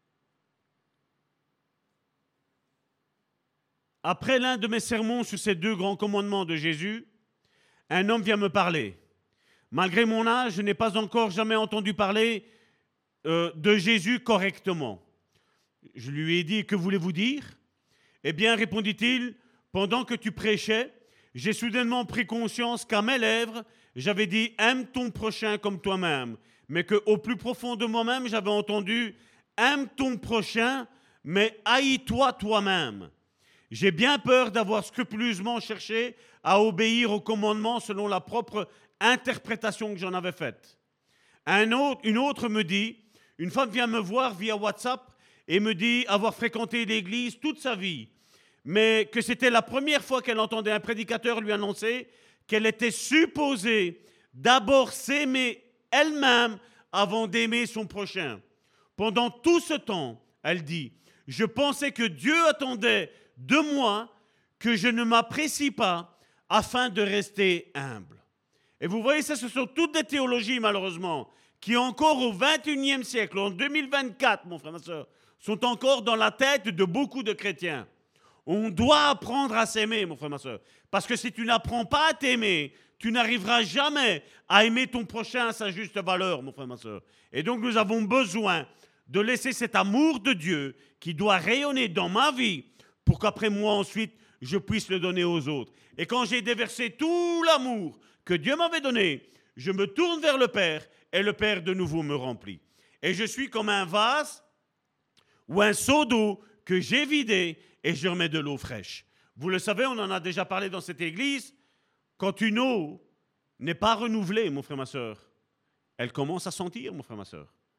après l'un de mes sermons sur ces 2 grands commandements de Jésus, un homme vient me parler. Malgré mon âge, je n'ai pas encore jamais entendu parler de Jésus correctement. Je lui ai dit, que voulez-vous dire? Eh bien, répondit-il, pendant que tu prêchais, j'ai soudainement pris conscience qu'à mes lèvres, j'avais dit « aime ton prochain comme toi-même », mais qu'au plus profond de moi-même, j'avais entendu « aime ton prochain, mais haïs-toi toi-même ». J'ai bien peur d'avoir scrupuleusement cherché à obéir aux commandements selon la propre interprétation que j'en avais faite. Une autre me dit, une femme vient me voir via WhatsApp et me dit avoir fréquenté l'église toute sa vie, mais que c'était la première fois qu'elle entendait un prédicateur lui annoncer qu'elle était supposée d'abord s'aimer elle-même avant d'aimer son prochain. Pendant tout ce temps, elle dit, je pensais que Dieu attendait de moi que je ne m'apprécie pas afin de rester humble. Et vous voyez, ça, ce sont toutes des théologies, malheureusement, qui encore au XXIe siècle, en 2024, mon frère, ma soeur, sont encore dans la tête de beaucoup de chrétiens. On doit apprendre à s'aimer, mon frère, ma soeur. Parce que si tu n'apprends pas à t'aimer, tu n'arriveras jamais à aimer ton prochain à sa juste valeur, mon frère, ma soeur. Et donc, nous avons besoin de laisser cet amour de Dieu qui doit rayonner dans ma vie pour qu'après moi, ensuite, je puisse le donner aux autres. Et quand j'ai déversé tout l'amour que Dieu m'avait donné, je me tourne vers le Père et le Père de nouveau me remplit. Et je suis comme un vase ou un seau d'eau que j'ai vidé et je remets de l'eau fraîche. Vous le savez, on en a déjà parlé dans cette église, quand une eau n'est pas renouvelée, mon frère, ma soeur, elle commence à sentir, mon frère, ma soeur.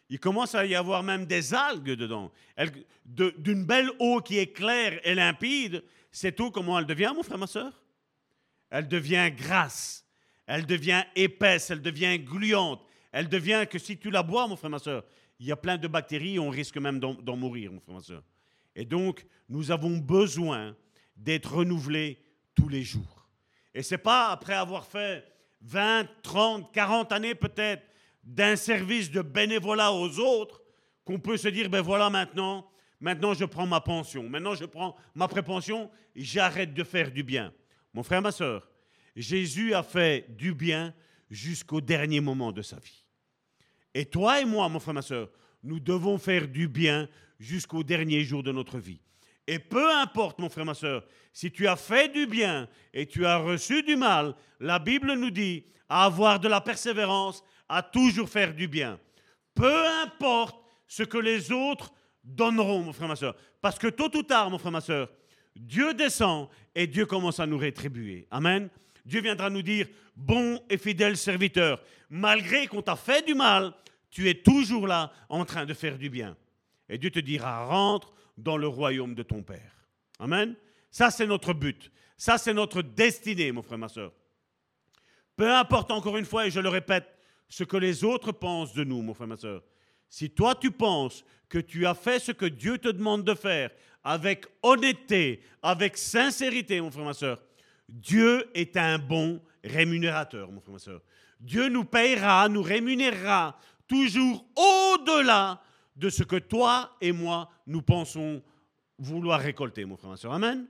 Il commence à y avoir même des algues dedans. D'une belle eau qui est claire et limpide, cette eau, comment elle devient, mon frère, ma soeur? Elle devient grasse, elle devient épaisse, elle devient gluante. Elle devient que si tu la bois, mon frère, ma soeur, il y a plein de bactéries et on risque même d'en mourir, mon frère, ma soeur. Et donc, nous avons besoin d'être renouvelés tous les jours. Et ce n'est pas après avoir fait 20, 30, 40 années peut-être d'un service de bénévolat aux autres qu'on peut se dire, ben voilà maintenant je prends ma pension, maintenant je prends ma prépension et j'arrête de faire du bien. Mon frère, ma soeur, Jésus a fait du bien jusqu'au dernier moment de sa vie. Et toi et moi, mon frère, ma soeur, nous devons faire du bien jusqu'au dernier jour de notre vie. Et peu importe, mon frère, ma soeur, si tu as fait du bien et tu as reçu du mal, la Bible nous dit à avoir de la persévérance, à toujours faire du bien. Peu importe ce que les autres donneront, mon frère, ma soeur. Parce que tôt ou tard, mon frère, ma soeur, Dieu descend et Dieu commence à nous rétribuer. Amen. Dieu viendra nous dire, bon et fidèle serviteur, malgré qu'on t'a fait du mal, tu es toujours là en train de faire du bien. Et Dieu te dira, rentre dans le royaume de ton Père. Amen. Ça, c'est notre but. Ça, c'est notre destinée, mon frère, ma soeur. Peu importe, encore une fois, et je le répète, ce que les autres pensent de nous, mon frère, ma soeur. Si toi, tu penses que tu as fait ce que Dieu te demande de faire avec honnêteté, avec sincérité, mon frère, ma soeur, Dieu est un bon rémunérateur, mon frère, ma soeur. Dieu nous payera, nous rémunérera toujours au-delà de ce que toi et moi, nous pensons vouloir récolter, mon frère, ma soeur. Amen.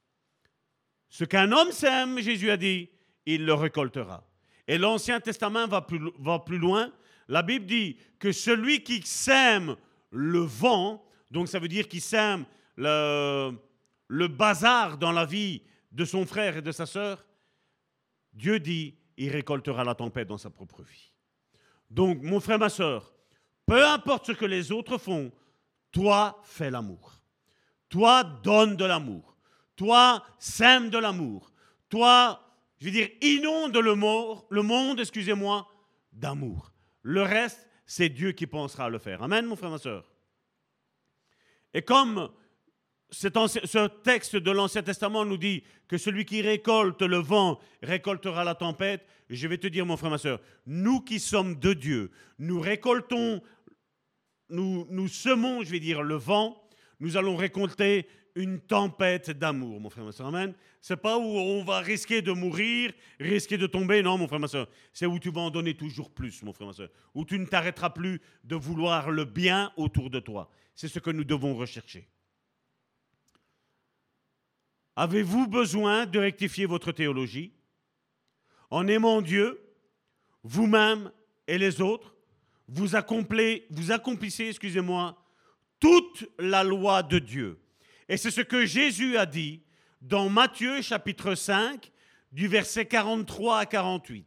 Ce qu'un homme sème, Jésus a dit, il le récoltera. Et l'Ancien Testament va plus loin. La Bible dit que celui qui sème le vent, donc ça veut dire qu'il sème le bazar dans la vie de son frère et de sa sœur, Dieu dit, il récoltera la tempête dans sa propre vie. Donc, mon frère, ma sœur, peu importe ce que les autres font, toi, fais l'amour. Toi, donne de l'amour. Toi, sème de l'amour. Toi, je veux dire, inonde le monde, d'amour. Le reste, c'est Dieu qui pensera à le faire. Amen, mon frère, ma sœur. Et comme ce texte de l'Ancien Testament nous dit que celui qui récolte le vent récoltera la tempête, je vais te dire, mon frère, ma sœur, nous qui sommes de Dieu, nous récoltons, nous semons, je vais dire, le vent, nous allons récolter une tempête d'amour, mon frère, ma soeur. Amen. Ce n'est pas où on va risquer de mourir, risquer de tomber. Non, mon frère, ma soeur. C'est où tu vas en donner toujours plus, mon frère, ma soeur. Où tu ne t'arrêteras plus de vouloir le bien autour de toi. C'est ce que nous devons rechercher. Avez-vous besoin de rectifier votre théologie? En aimant Dieu, vous-même et les autres, vous accomplissez, toute la loi de Dieu. Et c'est ce que Jésus a dit dans Matthieu chapitre 5, du verset 43 à 48.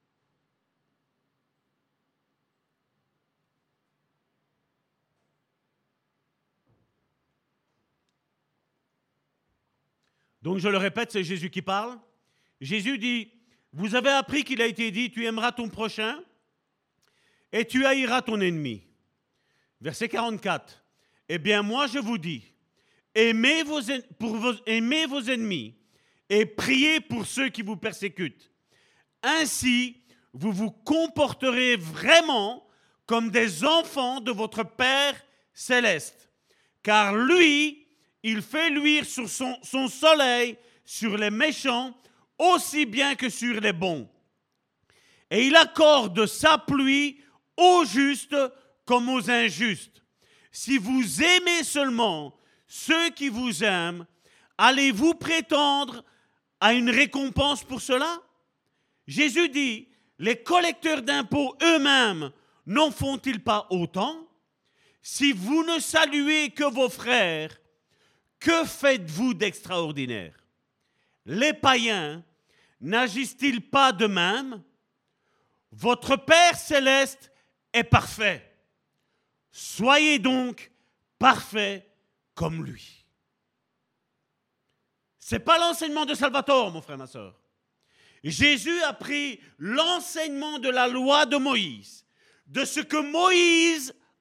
Donc je le répète, c'est Jésus qui parle. Jésus dit, vous avez appris qu'il a été dit, tu aimeras ton prochain et tu haïras ton ennemi. Verset 44. Eh bien moi je vous dis, aimez vos ennemis et priez pour ceux qui vous persécutent. Ainsi, vous vous comporterez vraiment comme des enfants de votre Père céleste. Car lui, il fait luire sur son soleil sur les méchants aussi bien que sur les bons. Et il accorde sa pluie aux justes comme aux injustes. Si vous aimez seulement ceux qui vous aiment, allez-vous prétendre à une récompense pour cela? Jésus dit, les collecteurs d'impôts eux-mêmes n'en font-ils pas autant? Si vous ne saluez que vos frères, que faites-vous d'extraordinaire? Les païens n'agissent-ils pas de même? Votre Père céleste est parfait. Soyez donc parfaits comme lui. Ce n'est pas l'enseignement de Salvatore, mon frère, ma soeur. Jésus a pris l'enseignement de la loi de Moïse, de ce que Moïse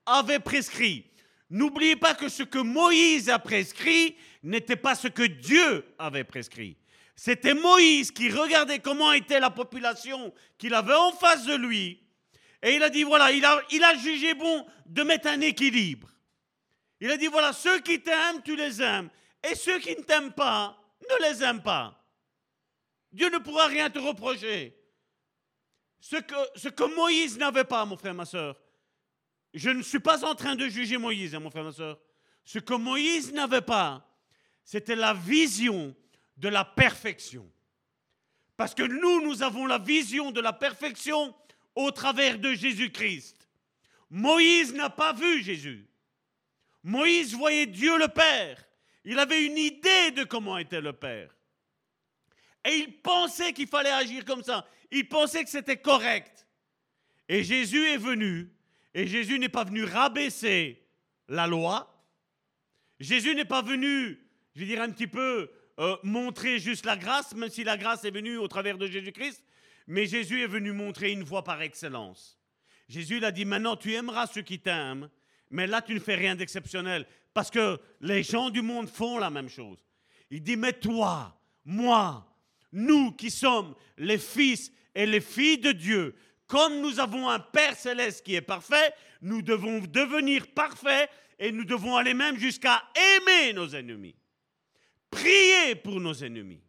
avait prescrit. N'oubliez pas que ce que Moïse a prescrit n'était pas ce que Dieu avait prescrit. C'était Moïse qui regardait comment était la population qu'il avait en face de lui. Et il a dit, voilà, il a jugé bon de mettre un équilibre. Il a dit, voilà, ceux qui t'aiment, tu les aimes. Et ceux qui ne t'aiment pas, ne les aiment pas. Dieu ne pourra rien te reprocher. Ce que Moïse n'avait pas, mon frère, ma soeur. Je ne suis pas en train de juger Moïse, mon frère, ma soeur. Ce que Moïse n'avait pas, c'était la vision de la perfection. Parce que nous avons la vision de la perfection au travers de Jésus-Christ. Moïse n'a pas vu Jésus. Moïse voyait Dieu le Père. Il avait une idée de comment était le Père. Et il pensait qu'il fallait agir comme ça. Il pensait que c'était correct. Et Jésus est venu. Et Jésus n'est pas venu rabaisser la loi. Jésus n'est pas venu, je vais dire un petit peu, montrer juste la grâce, même si la grâce est venue au travers de Jésus-Christ. Mais Jésus est venu montrer une voie par excellence. Jésus il a dit, maintenant tu aimeras ceux qui t'aiment, mais là tu ne fais rien d'exceptionnel. Parce que les gens du monde font la même chose. Il dit, mais toi, moi, nous qui sommes les fils et les filles de Dieu, comme nous avons un Père céleste qui est parfait, nous devons devenir parfaits et nous devons aller même jusqu'à aimer nos ennemis. Prier pour nos ennemis.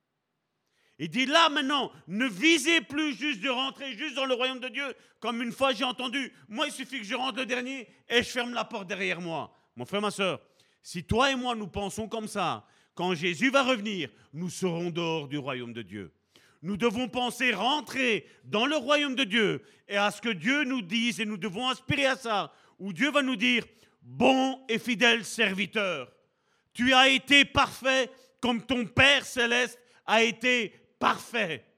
Il dit là maintenant, ne visez plus juste de rentrer juste dans le royaume de Dieu. Comme une fois j'ai entendu, moi il suffit que je rentre le dernier et je ferme la porte derrière moi. Mon frère, ma soeur, si toi et moi nous pensons comme ça, quand Jésus va revenir, nous serons dehors du royaume de Dieu. Nous devons penser rentrer dans le royaume de Dieu et à ce que Dieu nous dise, et nous devons aspirer à ça, où Dieu va nous dire, bon et fidèle serviteur, tu as été parfait comme ton Père céleste a été parfait.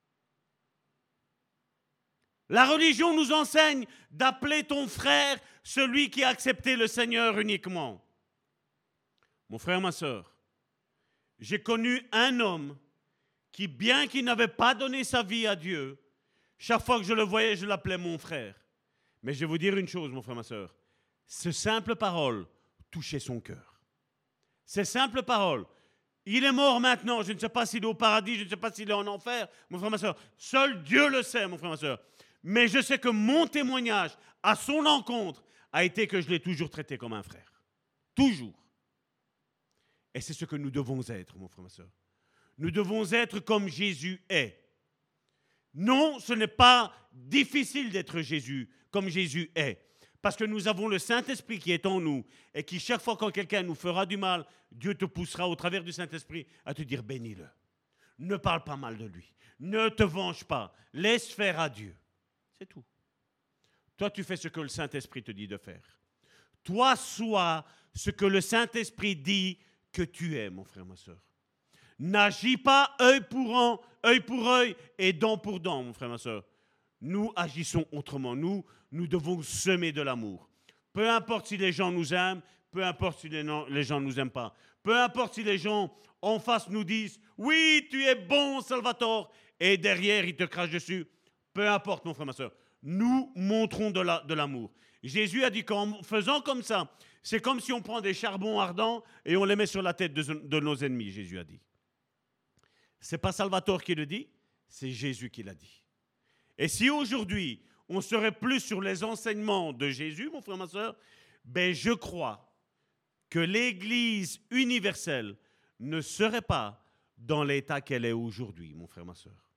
La religion nous enseigne d'appeler ton frère celui qui a accepté le Seigneur uniquement. Mon frère, ma soeur, j'ai connu un homme qui, bien qu'il n'avait pas donné sa vie à Dieu, chaque fois que je le voyais, je l'appelais mon frère. Mais je vais vous dire une chose, mon frère, ma soeur, ces simples paroles touchaient son cœur. Ces simples paroles. Il est mort maintenant, je ne sais pas s'il est au paradis, je ne sais pas s'il est en enfer, mon frère, ma soeur. Seul Dieu le sait, mon frère, ma soeur. Mais je sais que mon témoignage à son encontre a été que je l'ai toujours traité comme un frère. Toujours. Et c'est ce que nous devons être, mon frère, ma soeur. Nous devons être comme Jésus est. Non, ce n'est pas difficile d'être Jésus, comme Jésus est. Parce que nous avons le Saint-Esprit qui est en nous et qui, chaque fois quand quelqu'un nous fera du mal, Dieu te poussera au travers du Saint-Esprit à te dire bénis-le. Ne parle pas mal de lui. Ne te venge pas. Laisse faire à Dieu. C'est tout. Toi, tu fais ce que le Saint-Esprit te dit de faire. Toi, sois ce que le Saint-Esprit dit que tu es, mon frère, ma soeur. N'agis pas œil pour œil et dent pour dent, mon frère, ma soeur. Nous agissons autrement. Nous devons semer de l'amour. Peu importe si les gens nous aiment, peu importe si les gens ne nous aiment pas. Peu importe si les gens en face nous disent « Oui, tu es bon, Salvatore » et derrière, ils te crachent dessus. Peu importe, mon frère, ma soeur. Nous montrons de l'amour. Jésus a dit qu'en faisant comme ça, c'est comme si on prend des charbons ardents et on les met sur la tête de nos ennemis, Jésus a dit. Ce n'est pas Salvatore qui le dit, c'est Jésus qui l'a dit. Et si aujourd'hui, on serait plus sur les enseignements de Jésus, mon frère, ma soeur, ben je crois que l'Église universelle ne serait pas dans l'état qu'elle est aujourd'hui, mon frère, ma soeur.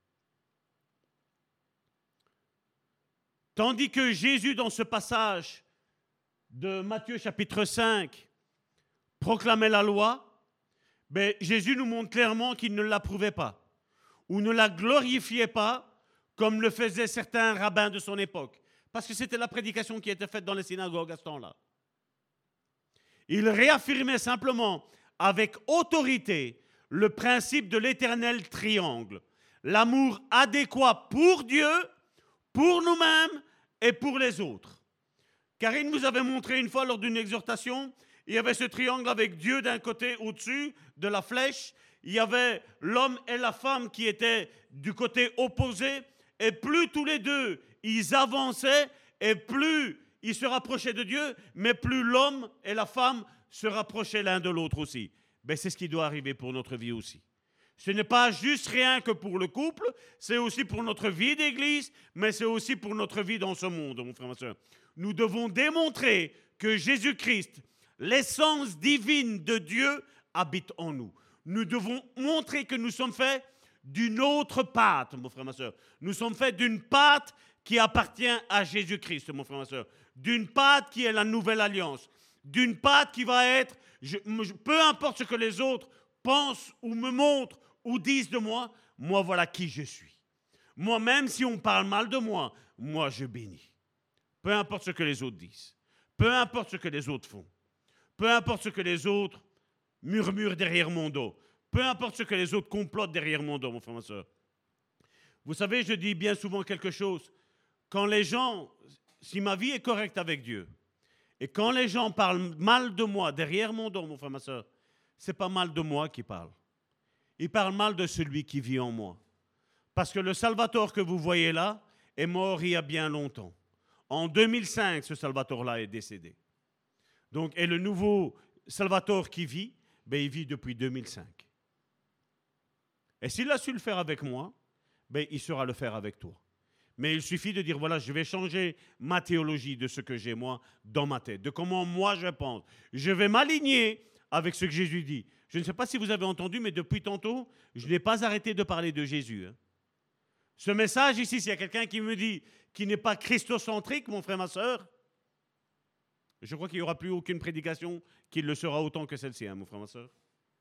Tandis que Jésus, dans ce passage de Matthieu chapitre 5, proclamait la loi, ben Jésus nous montre clairement qu'il ne l'approuvait pas ou ne la glorifiait pas comme le faisaient certains rabbins de son époque. Parce que c'était la prédication qui était faite dans les synagogues à ce temps-là. Il réaffirmait simplement avec autorité le principe de l'éternel triangle. L'amour adéquat pour Dieu, pour nous-mêmes et pour les autres. Karine nous avait montré une fois lors d'une exhortation, il y avait ce triangle avec Dieu d'un côté au-dessus de la flèche. Il y avait l'homme et la femme qui étaient du côté opposé. Et plus tous les deux, ils avançaient, et plus ils se rapprochaient de Dieu, mais plus l'homme et la femme se rapprochaient l'un de l'autre aussi. Ben, c'est ce qui doit arriver pour notre vie aussi. Ce n'est pas juste rien que pour le couple, c'est aussi pour notre vie d'église, mais c'est aussi pour notre vie dans ce monde, mon frère, ma soeur. Nous devons démontrer que Jésus-Christ, l'essence divine de Dieu, habite en nous. Nous devons montrer que nous sommes faits d'une autre pâte, mon frère, ma soeur. Nous sommes faits d'une pâte qui appartient à Jésus-Christ, mon frère, ma soeur. D'une pâte qui est la nouvelle alliance. D'une pâte qui va être, peu importe ce que les autres pensent ou me montrent ou disent de moi, moi voilà qui je suis. Moi, même si on parle mal de moi, moi je bénis. Peu importe ce que les autres disent. Peu importe ce que les autres font. Peu importe ce que les autres murmurent derrière mon dos. Peu importe ce que les autres complotent derrière mon dos, mon frère, ma soeur. Vous savez, je dis bien souvent quelque chose. Quand les gens, si ma vie est correcte avec Dieu, et quand les gens parlent mal de moi derrière mon dos, mon frère, ma soeur, ce n'est pas mal de moi qui parle. Ils parlent mal de celui qui vit en moi. Parce que le Salvatore que vous voyez là est mort il y a bien longtemps. En 2005, ce Salvatore-là est décédé. Donc, et le nouveau Salvatore qui vit, ben, il vit depuis 2005. Et s'il a su le faire avec moi, ben, il saura le faire avec toi. Mais il suffit de dire, voilà, je vais changer ma théologie de ce que j'ai moi dans ma tête, de comment moi je pense. Je vais m'aligner avec ce que Jésus dit. Je ne sais pas si vous avez entendu, mais depuis tantôt, je n'ai pas arrêté de parler de Jésus. Ce message ici, s'il y a quelqu'un qui me dit qu'il n'est pas christocentrique, mon frère, ma soeur, je crois qu'il n'y aura plus aucune prédication qui le sera autant que celle-ci, mon frère, ma soeur.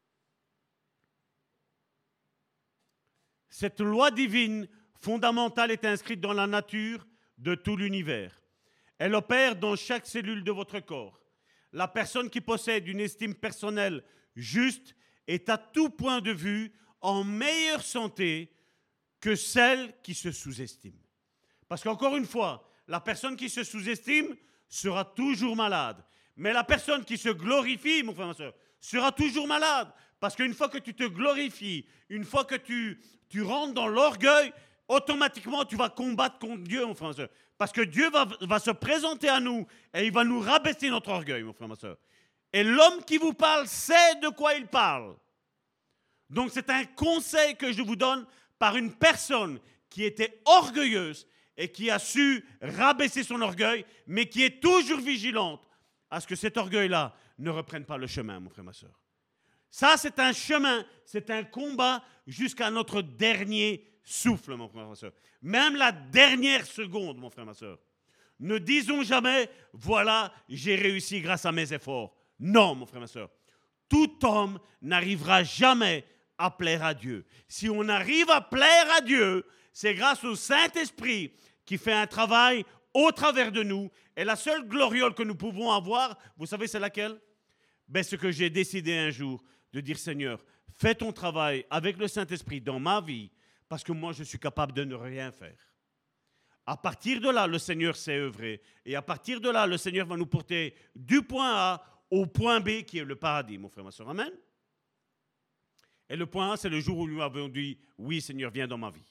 Cette loi divine fondamentale est inscrite dans la nature de tout l'univers. Elle opère dans chaque cellule de votre corps. La personne qui possède une estime personnelle juste est à tout point de vue en meilleure santé que celle qui se sous-estime. Parce qu'encore une fois, la personne qui se sous-estime sera toujours malade. Mais la personne qui se glorifie, mon frère, ma soeur, sera toujours malade. Parce qu'une fois que tu te glorifies, une fois que tu rentres dans l'orgueil, automatiquement tu vas combattre contre Dieu, mon frère, ma soeur. Parce que Dieu va se présenter à nous et il va nous rabaisser notre orgueil, mon frère, ma soeur. Et l'homme qui vous parle sait de quoi il parle. Donc c'est un conseil que je vous donne par une personne qui était orgueilleuse et qui a su rabaisser son orgueil, mais qui est toujours vigilante à ce que cet orgueil-là ne reprenne pas le chemin, mon frère, ma soeur. Ça, c'est un chemin, c'est un combat jusqu'à notre dernier souffle, mon frère, ma soeur. Même la dernière seconde, mon frère, ma soeur. Ne disons jamais, voilà, j'ai réussi grâce à mes efforts. Non, mon frère, ma soeur. Tout homme n'arrivera jamais à plaire à Dieu. Si on arrive à plaire à Dieu, c'est grâce au Saint-Esprit qui fait un travail au travers de nous. Et la seule gloriole que nous pouvons avoir, vous savez, c'est laquelle? Ben, ce que j'ai décidé un jour de dire, Seigneur, fais ton travail avec le Saint-Esprit dans ma vie, parce que moi, je suis capable de ne rien faire. À partir de là, le Seigneur sait œuvrer. Et à partir de là, le Seigneur va nous porter du point A au point B, qui est le paradis, mon frère, ma soeur. Amen. Et le point A, c'est le jour où nous avons dit, oui, Seigneur, viens dans ma vie.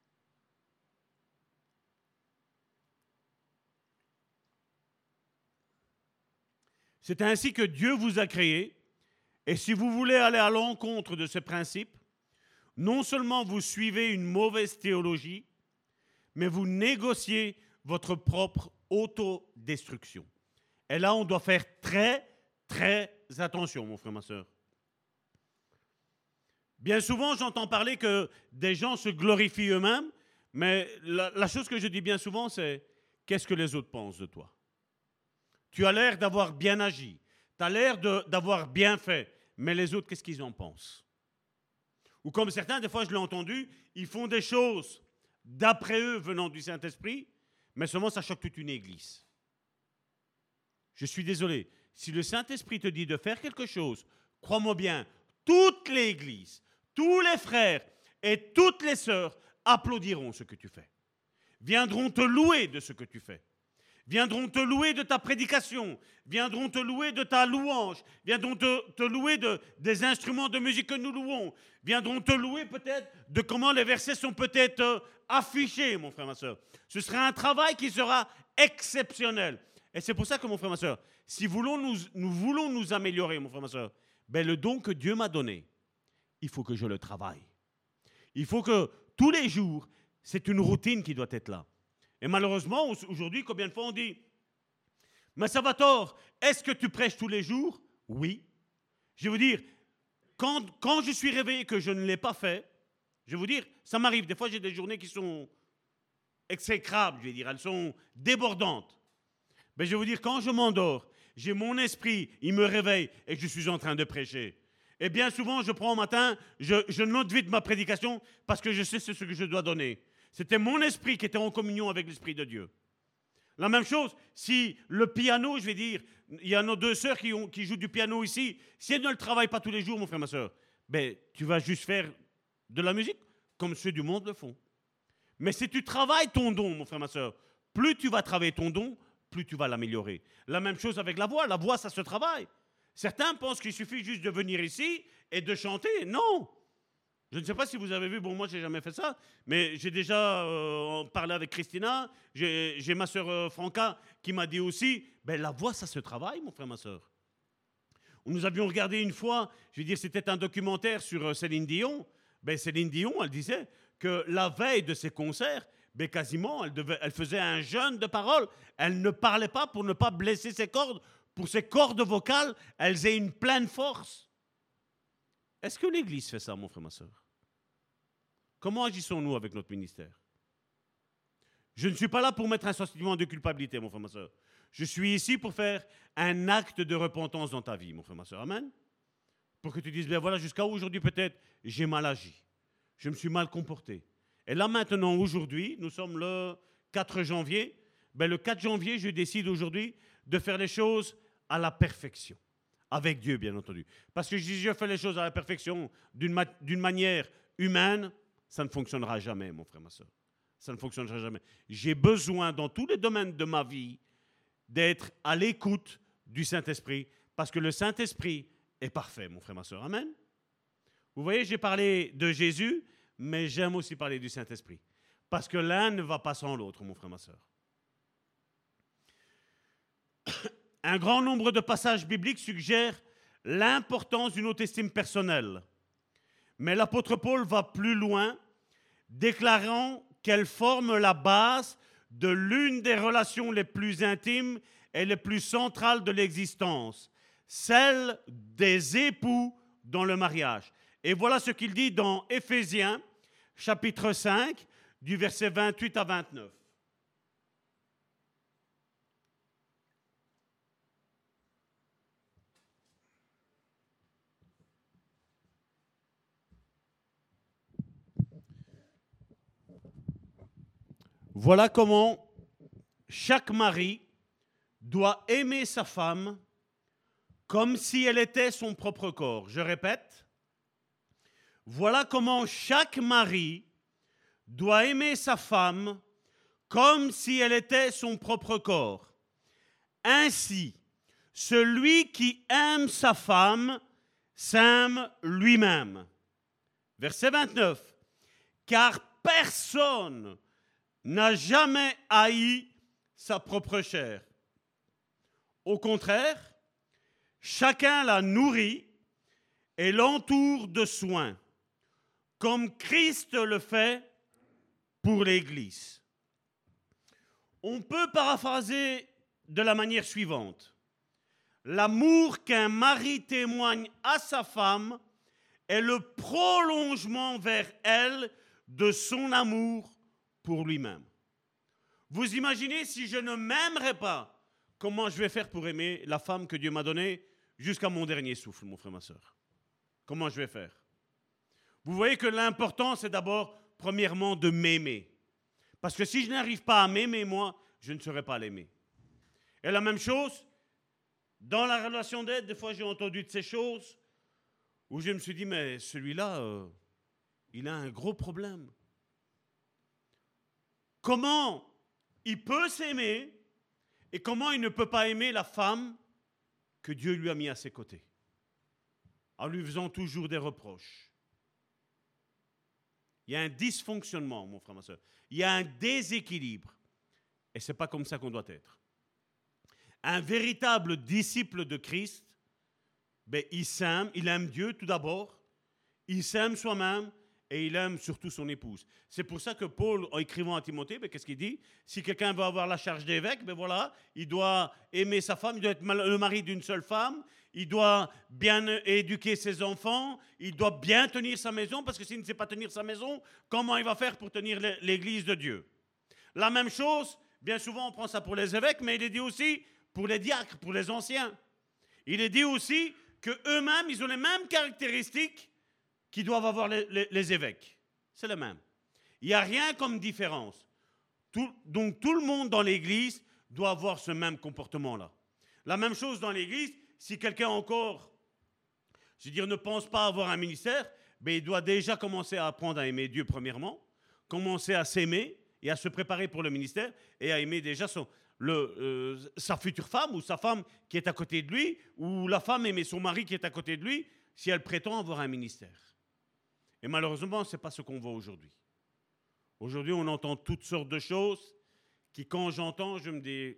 C'est ainsi que Dieu vous a créé. Et si vous voulez aller à l'encontre de ce principe, non seulement vous suivez une mauvaise théologie, mais vous négociez votre propre autodestruction. Et là, on doit faire très, très attention, mon frère, ma soeur. Bien souvent, j'entends parler que des gens se glorifient eux-mêmes, mais la chose que je dis bien souvent, c'est « qu'est-ce que les autres pensent de toi ?» Tu as l'air d'avoir bien agi, tu as l'air d'avoir bien fait, mais les autres, qu'est-ce qu'ils en pensent? Ou comme certains, des fois je l'ai entendu, ils font des choses d'après eux venant du Saint-Esprit, mais seulement ça choque toute une église. Je suis désolé, si le Saint-Esprit te dit de faire quelque chose, crois-moi bien, toute l'église, tous les frères et toutes les sœurs applaudiront ce que tu fais. Viendront te louer de ce que tu fais. Viendront te louer de ta prédication, viendront te louer de ta louange, viendront te louer des instruments de musique que nous louons, viendront te louer peut-être de comment les versets sont peut-être affichés, mon frère, ma soeur. Ce sera un travail qui sera exceptionnel. Et c'est pour ça que, mon frère, ma soeur, si nous voulons nous améliorer, mon frère, ma soeur, ben, le don que Dieu m'a donné, il faut que je le travaille. Il faut que tous les jours, c'est une routine qui doit être là. Et malheureusement, aujourd'hui, combien de fois on dit, mais Salvatore, est-ce que tu prêches tous les jours? Oui. Je vais vous dire, quand je suis réveillé que je ne l'ai pas fait, je vais vous dire, ça m'arrive. Des fois, j'ai des journées qui sont exécrables, je vais dire, elles sont débordantes. Mais je vais vous dire, quand je m'endors, j'ai mon esprit, il me réveille et je suis en train de prêcher. Et bien souvent, je prends au matin, je note vite ma prédication parce que je sais ce que je dois donner. C'était mon esprit qui était en communion avec l'Esprit de Dieu. La même chose, si le piano, je vais dire, il y a nos deux sœurs qui jouent du piano ici, si elles ne le travaillent pas tous les jours, mon frère, ma sœur, ben, tu vas juste faire de la musique comme ceux du monde le font. Mais si tu travailles ton don, mon frère, ma sœur, plus tu vas travailler ton don, plus tu vas l'améliorer. La même chose avec la voix, ça se travaille. Certains pensent qu'il suffit juste de venir ici et de chanter. Non. Je ne sais pas si vous avez vu, bon, moi, je n'ai jamais fait ça, mais j'ai déjà parlé avec Christina, j'ai ma sœur Franca qui m'a dit aussi, ben, la voix, ça se travaille, mon frère, ma sœur. Nous avions regardé une fois, je veux dire, c'était un documentaire sur Céline Dion. Ben, Céline Dion, elle disait que la veille de ses concerts, ben, quasiment, elle faisait un jeûne de parole. Elle ne parlait pas pour ne pas blesser ses cordes. Pour ses cordes vocales, elles aient une pleine force. Est-ce que l'Église fait ça, mon frère, ma soeur? Comment agissons-nous avec notre ministère? Je ne suis pas là pour mettre un sentiment de culpabilité, mon frère, ma soeur. Je suis ici pour faire un acte de repentance dans ta vie, mon frère, ma soeur. Amen. Pour que tu dises, ben voilà, jusqu'à aujourd'hui peut-être, j'ai mal agi. Je me suis mal comporté. Et là maintenant, aujourd'hui, nous sommes le 4 janvier. Ben, le 4 janvier, je décide aujourd'hui de faire les choses à la perfection. Avec Dieu, bien entendu. Parce que si je fais les choses à la perfection d'une manière humaine, ça ne fonctionnera jamais, mon frère, ma soeur. Ça ne fonctionnera jamais. J'ai besoin, dans tous les domaines de ma vie, d'être à l'écoute du Saint-Esprit, parce que le Saint-Esprit est parfait, mon frère, ma soeur. Amen. Vous voyez, j'ai parlé de Jésus, mais j'aime aussi parler du Saint-Esprit. Parce que l'un ne va pas sans l'autre, mon frère, ma soeur. Un grand nombre de passages bibliques suggèrent l'importance d'une haute estime personnelle. Mais l'apôtre Paul va plus loin, déclarant qu'elle forme la base de l'une des relations les plus intimes et les plus centrales de l'existence, celle des époux dans le mariage. Et voilà ce qu'il dit dans Éphésiens, chapitre 5, du verset 28 à 29. Voilà comment chaque mari doit aimer sa femme comme si elle était son propre corps. Je répète, voilà comment chaque mari doit aimer sa femme comme si elle était son propre corps. Ainsi, celui qui aime sa femme s'aime lui-même. Verset 29. Car personne n'a jamais haï sa propre chair. Au contraire, chacun la nourrit et l'entoure de soins, comme Christ le fait pour l'Église. On peut paraphraser de la manière suivante. L'amour qu'un mari témoigne à sa femme est le prolongement vers elle de son amour pour lui-même. Vous imaginez si je ne m'aimerais pas, comment je vais faire pour aimer la femme que Dieu m'a donnée jusqu'à mon dernier souffle, mon frère, ma soeur? Comment je vais faire? Vous voyez que l'important, c'est d'abord, premièrement, de m'aimer. Parce que si je n'arrive pas à m'aimer, moi, je ne saurais pas l'aimer. Et la même chose, dans la relation d'aide, des fois j'ai entendu de ces choses où je me suis dit, mais celui-là, il a un gros problème. Comment il peut s'aimer et comment il ne peut pas aimer la femme que Dieu lui a mis à ses côtés, en lui faisant toujours des reproches. Il y a un dysfonctionnement, mon frère, ma soeur. Il y a un déséquilibre. Et ce n'est pas comme ça qu'on doit être. Un véritable disciple de Christ, ben, il aime Dieu tout d'abord, il s'aime soi-même et il aime surtout son épouse. C'est pour ça que Paul, en écrivant à Timothée, ben, qu'est-ce qu'il dit? Si quelqu'un veut avoir la charge d'évêque, ben voilà, il doit aimer sa femme, il doit être le mari d'une seule femme, il doit bien éduquer ses enfants, il doit bien tenir sa maison, parce que s'il ne sait pas tenir sa maison, comment il va faire pour tenir l'église de Dieu? La même chose, bien souvent on prend ça pour les évêques, mais il est dit aussi pour les diacres, pour les anciens. Il est dit aussi qu'eux-mêmes, ils ont les mêmes caractéristiques qui doivent avoir les évêques. C'est le même. Il n'y a rien comme différence. Donc tout le monde dans l'Église doit avoir ce même comportement-là. La même chose dans l'Église, si quelqu'un encore, je veux dire, ne pense pas avoir un ministère, ben il doit déjà commencer à apprendre à aimer Dieu premièrement, commencer à s'aimer et à se préparer pour le ministère et à aimer déjà sa future femme ou sa femme qui est à côté de lui, ou la femme aimer son mari qui est à côté de lui, si elle prétend avoir un ministère. Et malheureusement, ce n'est pas ce qu'on voit aujourd'hui. Aujourd'hui, on entend toutes sortes de choses qui, quand j'entends, je me dis...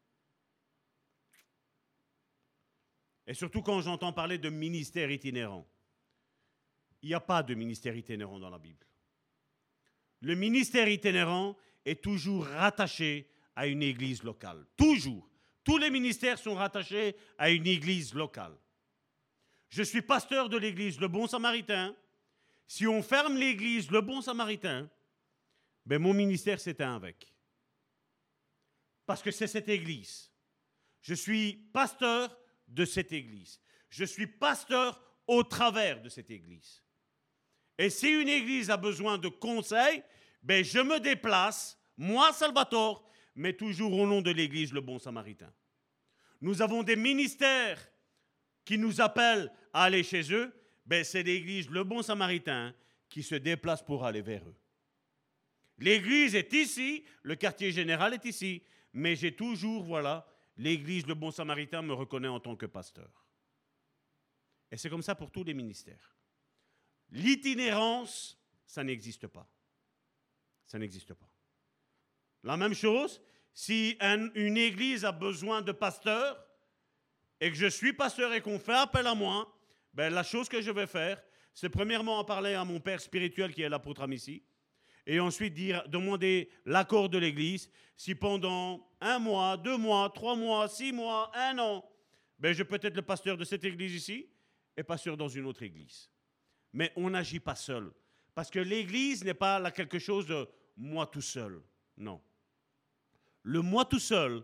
Et surtout quand j'entends parler de ministère itinérant. Il n'y a pas de ministère itinérant dans la Bible. Le ministère itinérant est toujours rattaché à une église locale. Toujours. Tous les ministères sont rattachés à une église locale. Je suis pasteur de l'église Le Bon Samaritain. Si on ferme l'église Le Bon Samaritain, ben mon ministère s'éteint avec. Parce que c'est cette église. Je suis pasteur de cette église. Je suis pasteur au travers de cette église. Et si une église a besoin de conseils, ben je me déplace, moi Salvatore, mais toujours au nom de l'église Le Bon Samaritain. Nous avons des ministères qui nous appellent à aller chez eux, ben c'est l'église Le Bon Samaritain qui se déplace pour aller vers eux. L'église est ici, le quartier général est ici, mais j'ai toujours, voilà, l'église Le Bon Samaritain me reconnaît en tant que pasteur. Et c'est comme ça pour tous les ministères. L'itinérance, ça n'existe pas. Ça n'existe pas. La même chose, si une église a besoin de pasteurs, et que je suis pasteur et qu'on fait appel à moi, ben la chose que je vais faire, c'est premièrement en parler à mon père spirituel qui est l'apôtre Amici, et ensuite demander l'accord de l'église, si pendant 1 mois, 2 mois, 3 mois, 6 mois, 1 an, ben je peux être le pasteur de cette église ici, et pasteur dans une autre église. Mais on n'agit pas seul, parce que l'église n'est pas là quelque chose de moi tout seul, non. Le moi tout seul,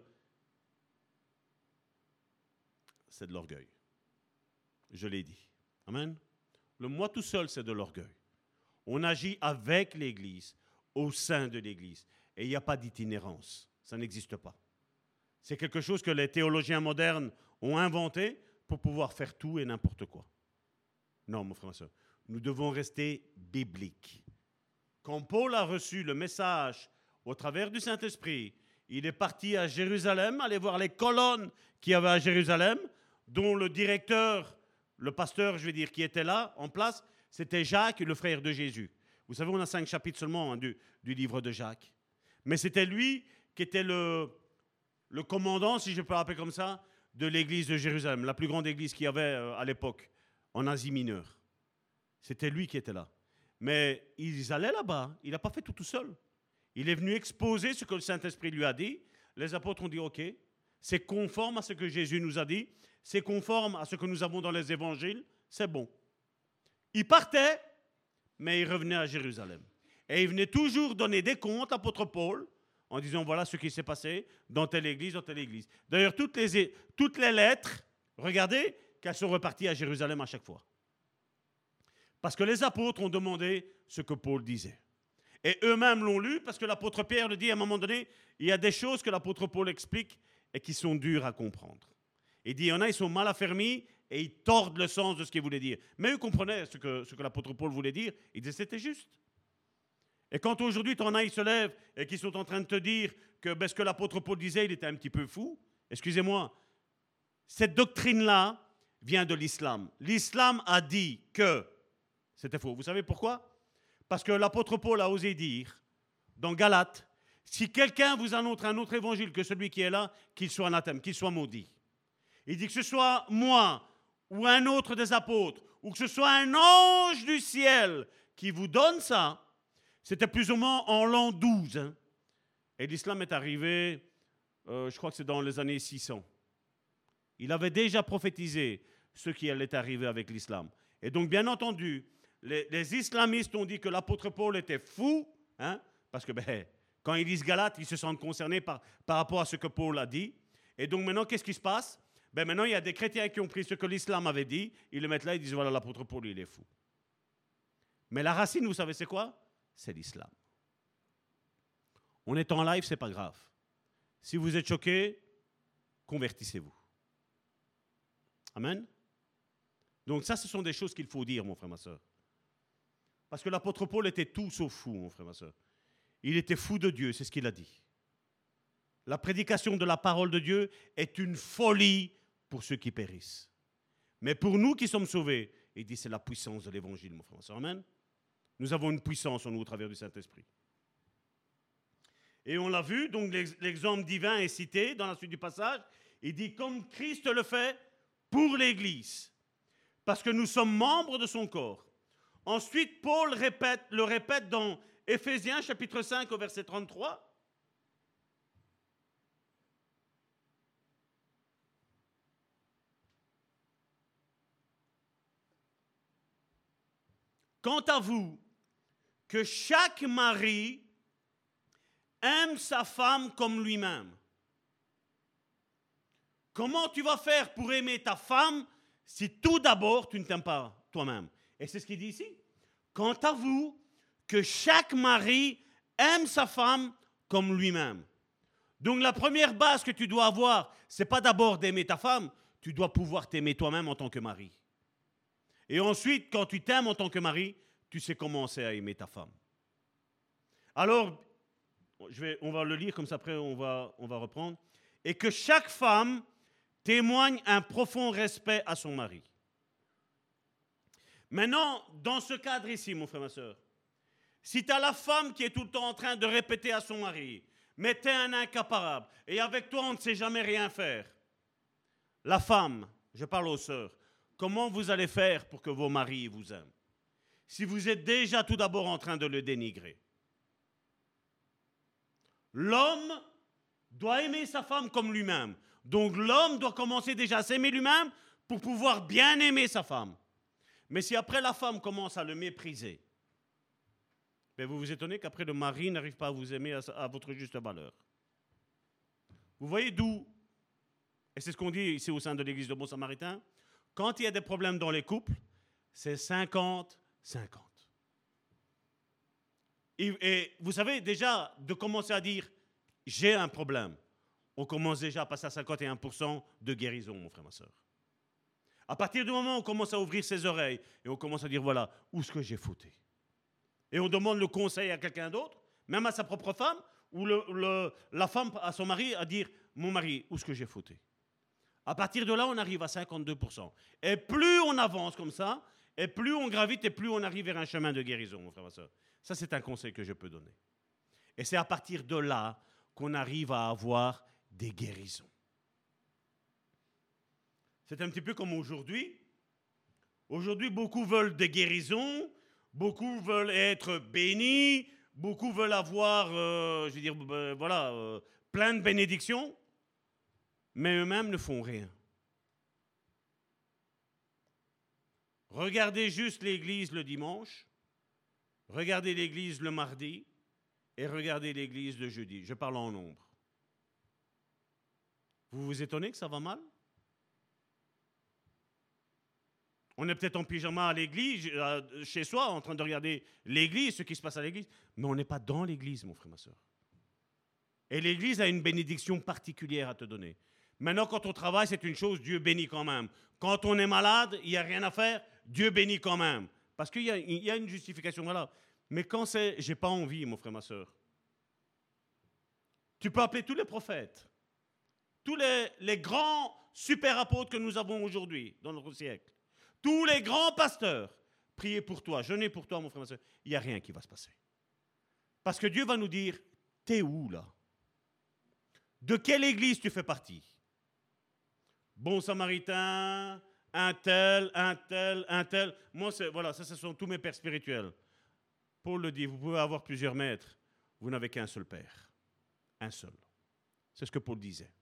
c'est de l'orgueil. Je l'ai dit. Amen. Le moi tout seul, c'est de l'orgueil. On agit avec l'Église, au sein de l'Église. Et il n'y a pas d'itinérance. Ça n'existe pas. C'est quelque chose que les théologiens modernes ont inventé pour pouvoir faire tout et n'importe quoi. Non, mon frère, ma soeur. Nous devons rester bibliques. Quand Paul a reçu le message au travers du Saint-Esprit, il est parti à Jérusalem, aller voir les colonnes qu'il y avait à Jérusalem, dont le directeur, le pasteur, je vais dire, qui était là, en place, c'était Jacques, le frère de Jésus. Vous savez, on a 5 chapitres seulement du livre de Jacques. Mais c'était lui qui était le commandant, si je peux l'appeler comme ça, de l'église de Jérusalem, la plus grande église qu'il y avait à l'époque, en Asie mineure. C'était lui qui était là. Mais ils allaient là-bas, il n'a pas fait tout seul. Il est venu exposer ce que le Saint-Esprit lui a dit. Les apôtres ont dit, ok, c'est conforme à ce que Jésus nous a dit, c'est conforme à ce que nous avons dans les évangiles, c'est bon. Il partait, mais il revenait à Jérusalem. Et il venait toujours donner des comptes à l'apôtre Paul, en disant, voilà ce qui s'est passé dans telle église, dans telle église. D'ailleurs, toutes les lettres, regardez, qu'elles sont reparties à Jérusalem à chaque fois. Parce que les apôtres ont demandé ce que Paul disait. Et eux-mêmes l'ont lu, parce que l'apôtre Pierre le dit à un moment donné, il y a des choses que l'apôtre Paul explique et qui sont dures à comprendre. Il dit, il y en a, ils sont mal affermis et ils tordent le sens de ce qu'il voulait dire. Mais eux comprenaient ce que l'apôtre Paul voulait dire. Ils disaient, c'était juste. Et quand aujourd'hui, ton œil se lève et qu'ils sont en train de te dire que ce que l'apôtre Paul disait, il était un petit peu fou, excusez-moi, cette doctrine-là vient de l'islam. L'islam a dit que c'était faux. Vous savez pourquoi ? Parce que l'apôtre Paul a osé dire, dans Galates, Si quelqu'un vous annonce un autre évangile que celui qui est là, qu'il soit anathème, qu'il soit maudit. Il dit que ce soit moi ou un autre des apôtres, ou que ce soit un ange du ciel qui vous donne ça, c'était plus ou moins en l'an 12. Hein. Et l'islam est arrivé, je crois que c'est dans les années 600. Il avait déjà prophétisé ce qui allait arriver avec l'islam. Et donc, bien entendu, les islamistes ont dit que l'apôtre Paul était fou, hein, parce que quand ils lisent Galates, ils se sentent concernés par rapport à ce que Paul a dit. Et donc maintenant, qu'est-ce qui se passe? Maintenant, il y a des chrétiens qui ont pris ce que l'islam avait dit, ils le mettent là, ils disent, voilà, l'apôtre Paul, il est fou. Mais la racine, vous savez, c'est quoi? C'est l'islam. On est en live, c'est pas grave. Si vous êtes choqué, convertissez-vous. Amen. Donc ça, ce sont des choses qu'il faut dire, mon frère, ma soeur. Parce que l'apôtre Paul était tout sauf fou, mon frère, ma soeur. Il était fou de Dieu, c'est ce qu'il a dit. La prédication de la parole de Dieu est une folie pour ceux qui périssent. Mais pour nous qui sommes sauvés, il dit c'est la puissance de l'évangile, mon frère, ma soeur. Amen. Nous avons une puissance en nous au travers du Saint-Esprit. Et on l'a vu, donc l'exemple divin est cité dans la suite du passage. Il dit comme Christ le fait pour l'Église, parce que nous sommes membres de son corps. Ensuite, Paul le répète dans Éphésiens chapitre 5 au verset 33. Quant à vous, que chaque mari aime sa femme comme lui-même. Comment tu vas faire pour aimer ta femme si tout d'abord tu ne t'aimes pas toi-même? Et c'est ce qu'il dit ici. Quant à vous, que chaque mari aime sa femme comme lui-même. Donc la première base que tu dois avoir, ce n'est pas d'abord d'aimer ta femme, tu dois pouvoir t'aimer toi-même en tant que mari. Et ensuite, quand tu t'aimes en tant que mari, tu sais commencer à aimer ta femme. Alors, on va le lire comme ça, après on va reprendre. Et que chaque femme témoigne un profond respect à son mari. Maintenant, dans ce cadre ici, mon frère, ma soeur, si tu as la femme qui est tout le temps en train de répéter à son mari, mais tu es un incapable, et avec toi on ne sait jamais rien faire, la femme, je parle aux sœurs, comment vous allez faire pour que vos maris vous aiment? Si vous êtes déjà tout d'abord en train de le dénigrer. L'homme doit aimer sa femme comme lui-même. Donc l'homme doit commencer déjà à s'aimer lui-même pour pouvoir bien aimer sa femme. Mais si après la femme commence à le mépriser, vous vous étonnez qu'après le mari n'arrive pas à vous aimer à votre juste valeur. Vous voyez d'où, et c'est ce qu'on dit ici au sein de l'église de Bon Samaritain, quand il y a des problèmes dans les couples, c'est 50-50. Et vous savez, déjà, de commencer à dire « j'ai un problème », on commence déjà à passer à 51% de guérison, mon frère, ma soeur. À partir du moment où on commence à ouvrir ses oreilles et on commence à dire « voilà, où est-ce que j'ai fauté ?» Et on demande le conseil à quelqu'un d'autre, même à sa propre femme, ou la femme à son mari, à dire « mon mari, où est-ce que j'ai fauté ?» À partir de là, on arrive à 52%. Et plus on avance comme ça, et plus on gravite, et plus on arrive vers un chemin de guérison, mon frère, ma soeur. Ça, c'est un conseil que je peux donner. Et c'est à partir de là qu'on arrive à avoir des guérisons. C'est un petit peu comme aujourd'hui. Aujourd'hui, beaucoup veulent des guérisons, beaucoup veulent être bénis, beaucoup veulent avoir, plein de bénédictions, mais eux-mêmes ne font rien. Regardez juste l'église le dimanche, regardez l'église le mardi et regardez l'église le jeudi. Je parle en nombre. Vous vous étonnez que ça va mal? On est peut-être en pyjama à l'église, chez soi, en train de regarder l'église, ce qui se passe à l'église, mais on n'est pas dans l'église, mon frère, ma soeur. Et l'église a une bénédiction particulière à te donner. Maintenant, quand on travaille, c'est une chose, Dieu bénit quand même. Quand on est malade, il n'y a rien à faire, Dieu bénit quand même. Parce qu'il y a une justification, voilà. Mais quand c'est, j'ai pas envie, mon frère, ma soeur. Tu peux appeler tous les prophètes, tous les grands super apôtres que nous avons aujourd'hui, dans notre siècle. Tous les grands pasteurs, priez pour toi, jeûnez pour toi, mon frère, ma soeur. Il n'y a rien qui va se passer. Parce que Dieu va nous dire, T'es où là? De quelle église tu fais partie? Bon Samaritain, un tel, un tel, un tel. Moi, voilà, ça, ce sont tous mes pères spirituels. Paul le dit, vous pouvez avoir plusieurs maîtres, vous n'avez qu'un seul père. Un seul. C'est ce que Paul disait.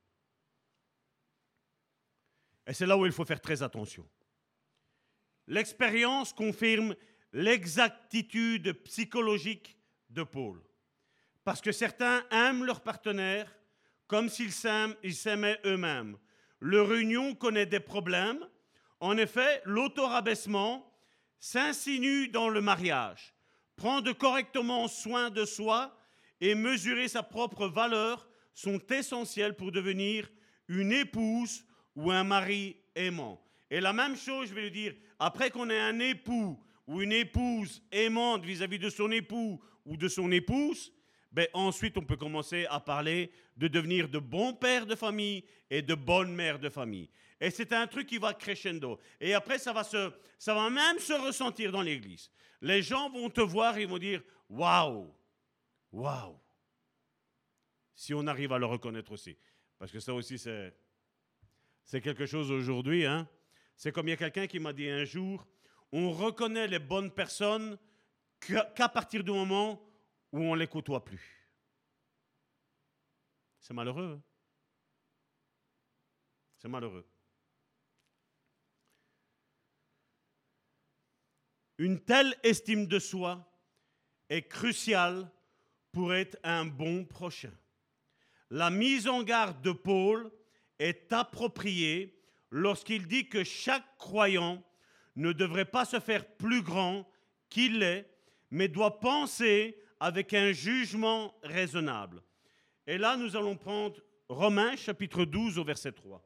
Et c'est là où il faut faire très attention. L'expérience confirme l'exactitude psychologique de Paul. Parce que certains aiment leur partenaire comme s'ils s'aimaient eux-mêmes. Leur union connaît des problèmes. En effet, l'autorabaissement s'insinue dans le mariage. Prendre correctement soin de soi et mesurer sa propre valeur sont essentiels pour devenir une épouse ou un mari aimant. Et la même chose, je vais le dire, après qu'on ait un époux ou une épouse aimante vis-à-vis de son époux ou de son épouse, ben ensuite on peut commencer à parler de devenir de bons pères de famille et de bonnes mères de famille. Et c'est un truc qui va crescendo. Et après, ça va même se ressentir dans l'église. Les gens vont te voir et ils vont dire « Waouh, waouh !» Si on arrive à le reconnaître aussi. Parce que ça aussi, c'est quelque chose aujourd'hui. Hein? C'est comme il y a quelqu'un qui m'a dit un jour, on reconnaît les bonnes personnes qu'à partir du moment où on ne les côtoie plus. C'est malheureux. Hein? C'est malheureux. Une telle estime de soi est cruciale pour être un bon prochain. La mise en garde de Paul est appropriée lorsqu'il dit que chaque croyant ne devrait pas se faire plus grand qu'il l'est, mais doit penser avec un jugement raisonnable. Et là, nous allons prendre Romains chapitre 12 au verset 3.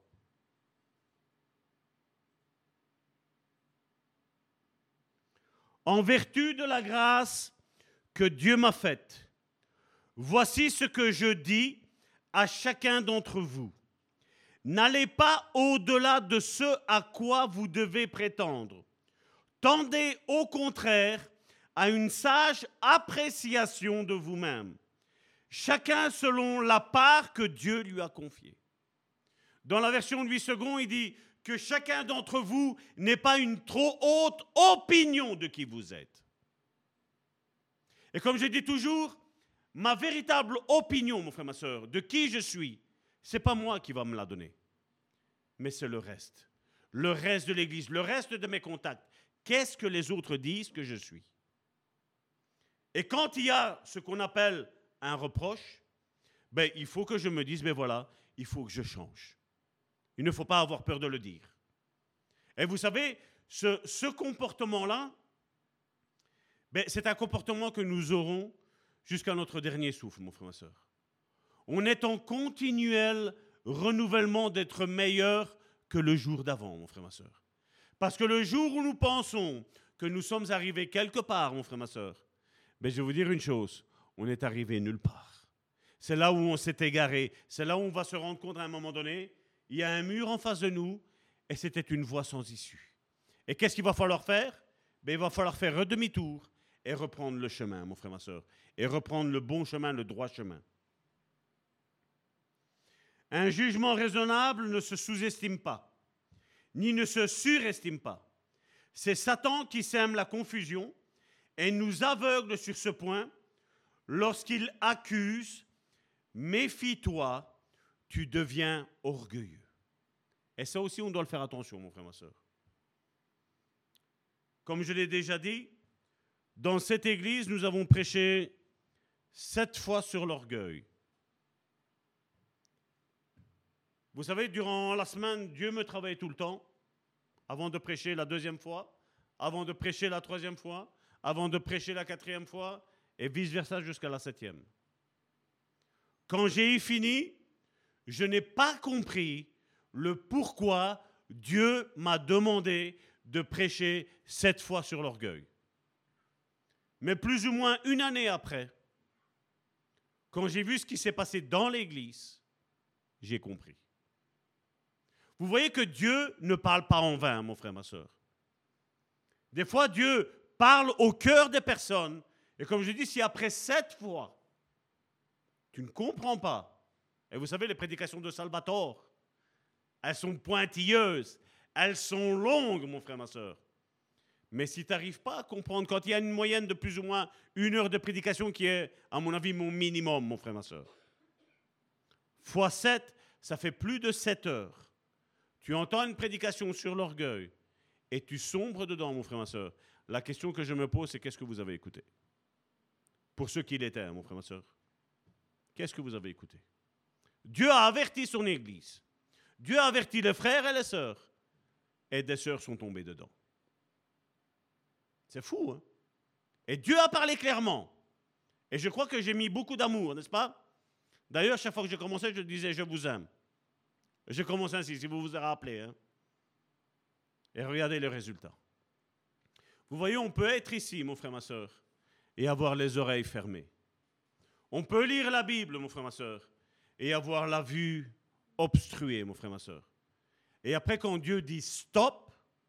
En vertu de la grâce que Dieu m'a faite, voici ce que je dis à chacun d'entre vous. N'allez pas au-delà de ce à quoi vous devez prétendre. Tendez au contraire à une sage appréciation de vous-même, chacun selon la part que Dieu lui a confiée. Dans la version de 8 secondes, il dit que chacun d'entre vous n'ait pas une trop haute opinion de qui vous êtes. Et comme je dis toujours, ma véritable opinion, mon frère, ma soeur, de qui je suis, ce n'est pas moi qui va me la donner, mais c'est le reste de l'Église, le reste de mes contacts. Qu'est-ce que les autres disent que je suis? Et quand il y a ce qu'on appelle un reproche, ben, il faut que je me dise, ben voilà, il faut que je change. Il ne faut pas avoir peur de le dire. Et vous savez, ce comportement-là, ben, c'est un comportement que nous aurons jusqu'à notre dernier souffle, mon frère, ma soeur. On est en continuel renouvellement d'être meilleur que le jour d'avant, mon frère, ma soeur. Parce que le jour où nous pensons que nous sommes arrivés quelque part, mon frère, ma soeur, ben, je vais vous dire une chose, on est arrivé nulle part. C'est là où on s'est égaré, c'est là où on va se rendre compte à un moment donné, il y a un mur en face de nous et c'était une voie sans issue. Et qu'est-ce qu'il va falloir faire? Ben, il va falloir faire un demi-tour et reprendre le chemin, mon frère, ma soeur, et reprendre le bon chemin, le droit chemin. Un jugement raisonnable ne se sous-estime pas, ni ne se surestime pas. C'est Satan qui sème la confusion et nous aveugle sur ce point lorsqu'il accuse « Méfie-toi, tu deviens orgueilleux ». Et ça aussi, on doit le faire attention, mon frère, ma soeur. Comme je l'ai déjà dit, dans cette église, nous avons prêché 7 fois sur l'orgueil. Vous savez, durant la semaine, Dieu me travaille tout le temps, avant de prêcher la 2e fois, avant de prêcher la 3e fois, avant de prêcher la 4e fois, et vice-versa jusqu'à la 7e. Quand j'ai fini, je n'ai pas compris le pourquoi Dieu m'a demandé de prêcher 7 fois sur l'orgueil. Mais plus ou moins une année après, quand j'ai vu ce qui s'est passé dans l'église, j'ai compris. Vous voyez que Dieu ne parle pas en vain, mon frère, ma soeur. Des fois, Dieu parle au cœur des personnes. Et comme je dis, si après 7 fois, Tu ne comprends pas. Et vous savez, les prédications de Salvatore, elles sont pointilleuses, elles sont longues, mon frère, ma soeur. Mais si tu n'arrives pas à comprendre, quand il y a une moyenne de plus ou moins 1 heure de prédication qui est, à mon avis, mon minimum, mon frère, ma soeur. Fois 7, ça fait plus de 7 heures. Tu entends une prédication sur l'orgueil et tu sombres dedans, mon frère, ma soeur. La question que je me pose, c'est qu'est-ce que vous avez écouté? Pour ceux qui l'étaient, mon frère, ma soeur. Qu'est-ce que vous avez écouté? Dieu a averti son Église. Dieu a averti les frères et les sœurs. Et des sœurs sont tombées dedans. C'est fou, hein? Et Dieu a parlé clairement. Et je crois que j'ai mis beaucoup d'amour, n'est-ce pas? D'ailleurs, chaque fois que je commençais, je disais « Je vous aime ». Je commence ainsi, si vous vous rappelez. Hein? Et regardez le résultat. Vous voyez, on peut être ici, mon frère, ma soeur, et avoir les oreilles fermées. On peut lire la Bible, mon frère, ma soeur, et avoir la vue obstruée, mon frère, ma soeur. Et après, quand Dieu dit « stop »,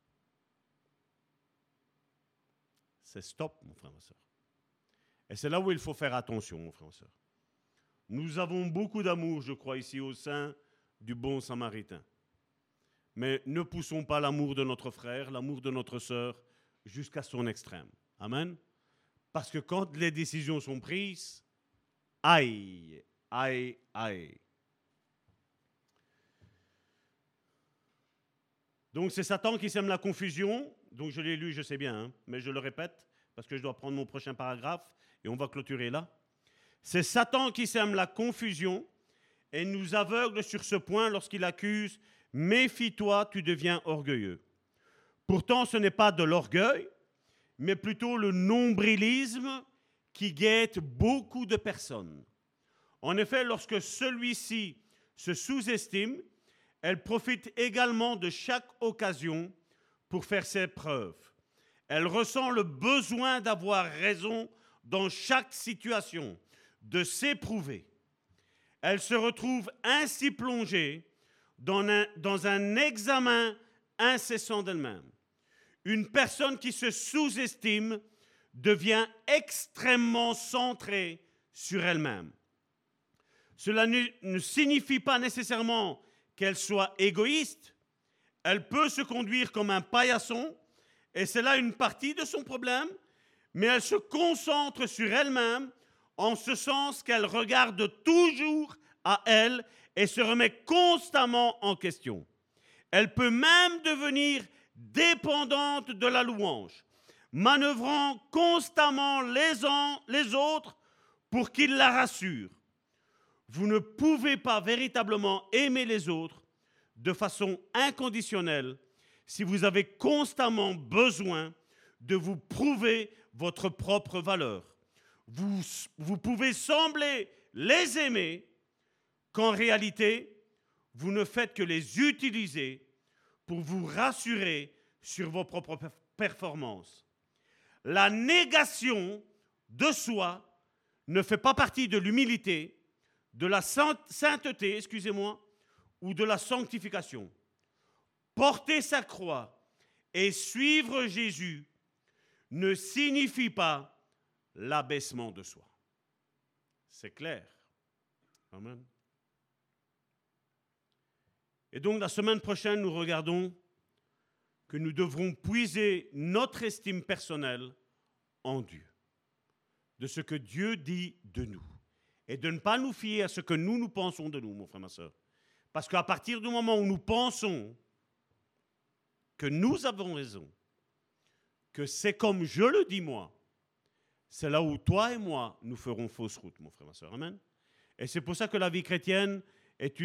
c'est stop, mon frère, ma soeur. Et c'est là où il faut faire attention, mon frère, ma soeur. Nous avons beaucoup d'amour, je crois, ici au sein du bon samaritain. Mais ne poussons pas l'amour de notre frère, l'amour de notre sœur, jusqu'à son extrême. Amen. Parce que quand les décisions sont prises, aïe, aïe, aïe. Donc c'est Satan qui sème la confusion. Donc je l'ai lu, je sais bien, hein, mais je le répète, parce que je dois prendre mon prochain paragraphe, et on va clôturer là. C'est Satan qui sème la confusion et nous aveugle sur ce point lorsqu'il accuse « Méfie-toi, tu deviens orgueilleux ». Pourtant, ce n'est pas de l'orgueil, mais plutôt le nombrilisme qui guette beaucoup de personnes. En effet, lorsque celui-ci se sous-estime, elle profite également de chaque occasion pour faire ses preuves. Elle ressent le besoin d'avoir raison dans chaque situation, de s'éprouver. Elle se retrouve ainsi plongée dans un examen incessant d'elle-même. Une personne qui se sous-estime devient extrêmement centrée sur elle-même. Cela ne signifie pas nécessairement qu'elle soit égoïste. Elle peut se conduire comme un paillasson, et c'est là une partie de son problème, mais elle se concentre sur elle-même en ce sens qu'elle regarde toujours à elle et se remet constamment en question. Elle peut même devenir dépendante de la louange, manœuvrant constamment les autres pour qu'ils la rassurent. Vous ne pouvez pas véritablement aimer les autres de façon inconditionnelle si vous avez constamment besoin de vous prouver votre propre valeur. Vous pouvez sembler les aimer qu'en réalité, vous ne faites que les utiliser pour vous rassurer sur vos propres performances. La négation de soi ne fait pas partie de l'humilité, de la sainteté, ou de la sanctification. Porter sa croix et suivre Jésus ne signifie pas l'abaissement de soi. C'est clair. Amen. Et donc, la semaine prochaine, nous regardons que nous devrons puiser notre estime personnelle en Dieu, de ce que Dieu dit de nous, et de ne pas nous fier à ce que nous pensons de nous, mon frère, ma soeur. Parce qu'à partir du moment où nous pensons que nous avons raison, que c'est comme je le dis moi, c'est là où toi et moi, nous ferons fausse route, mon frère, ma soeur. Amen. Et c'est pour ça que la vie chrétienne est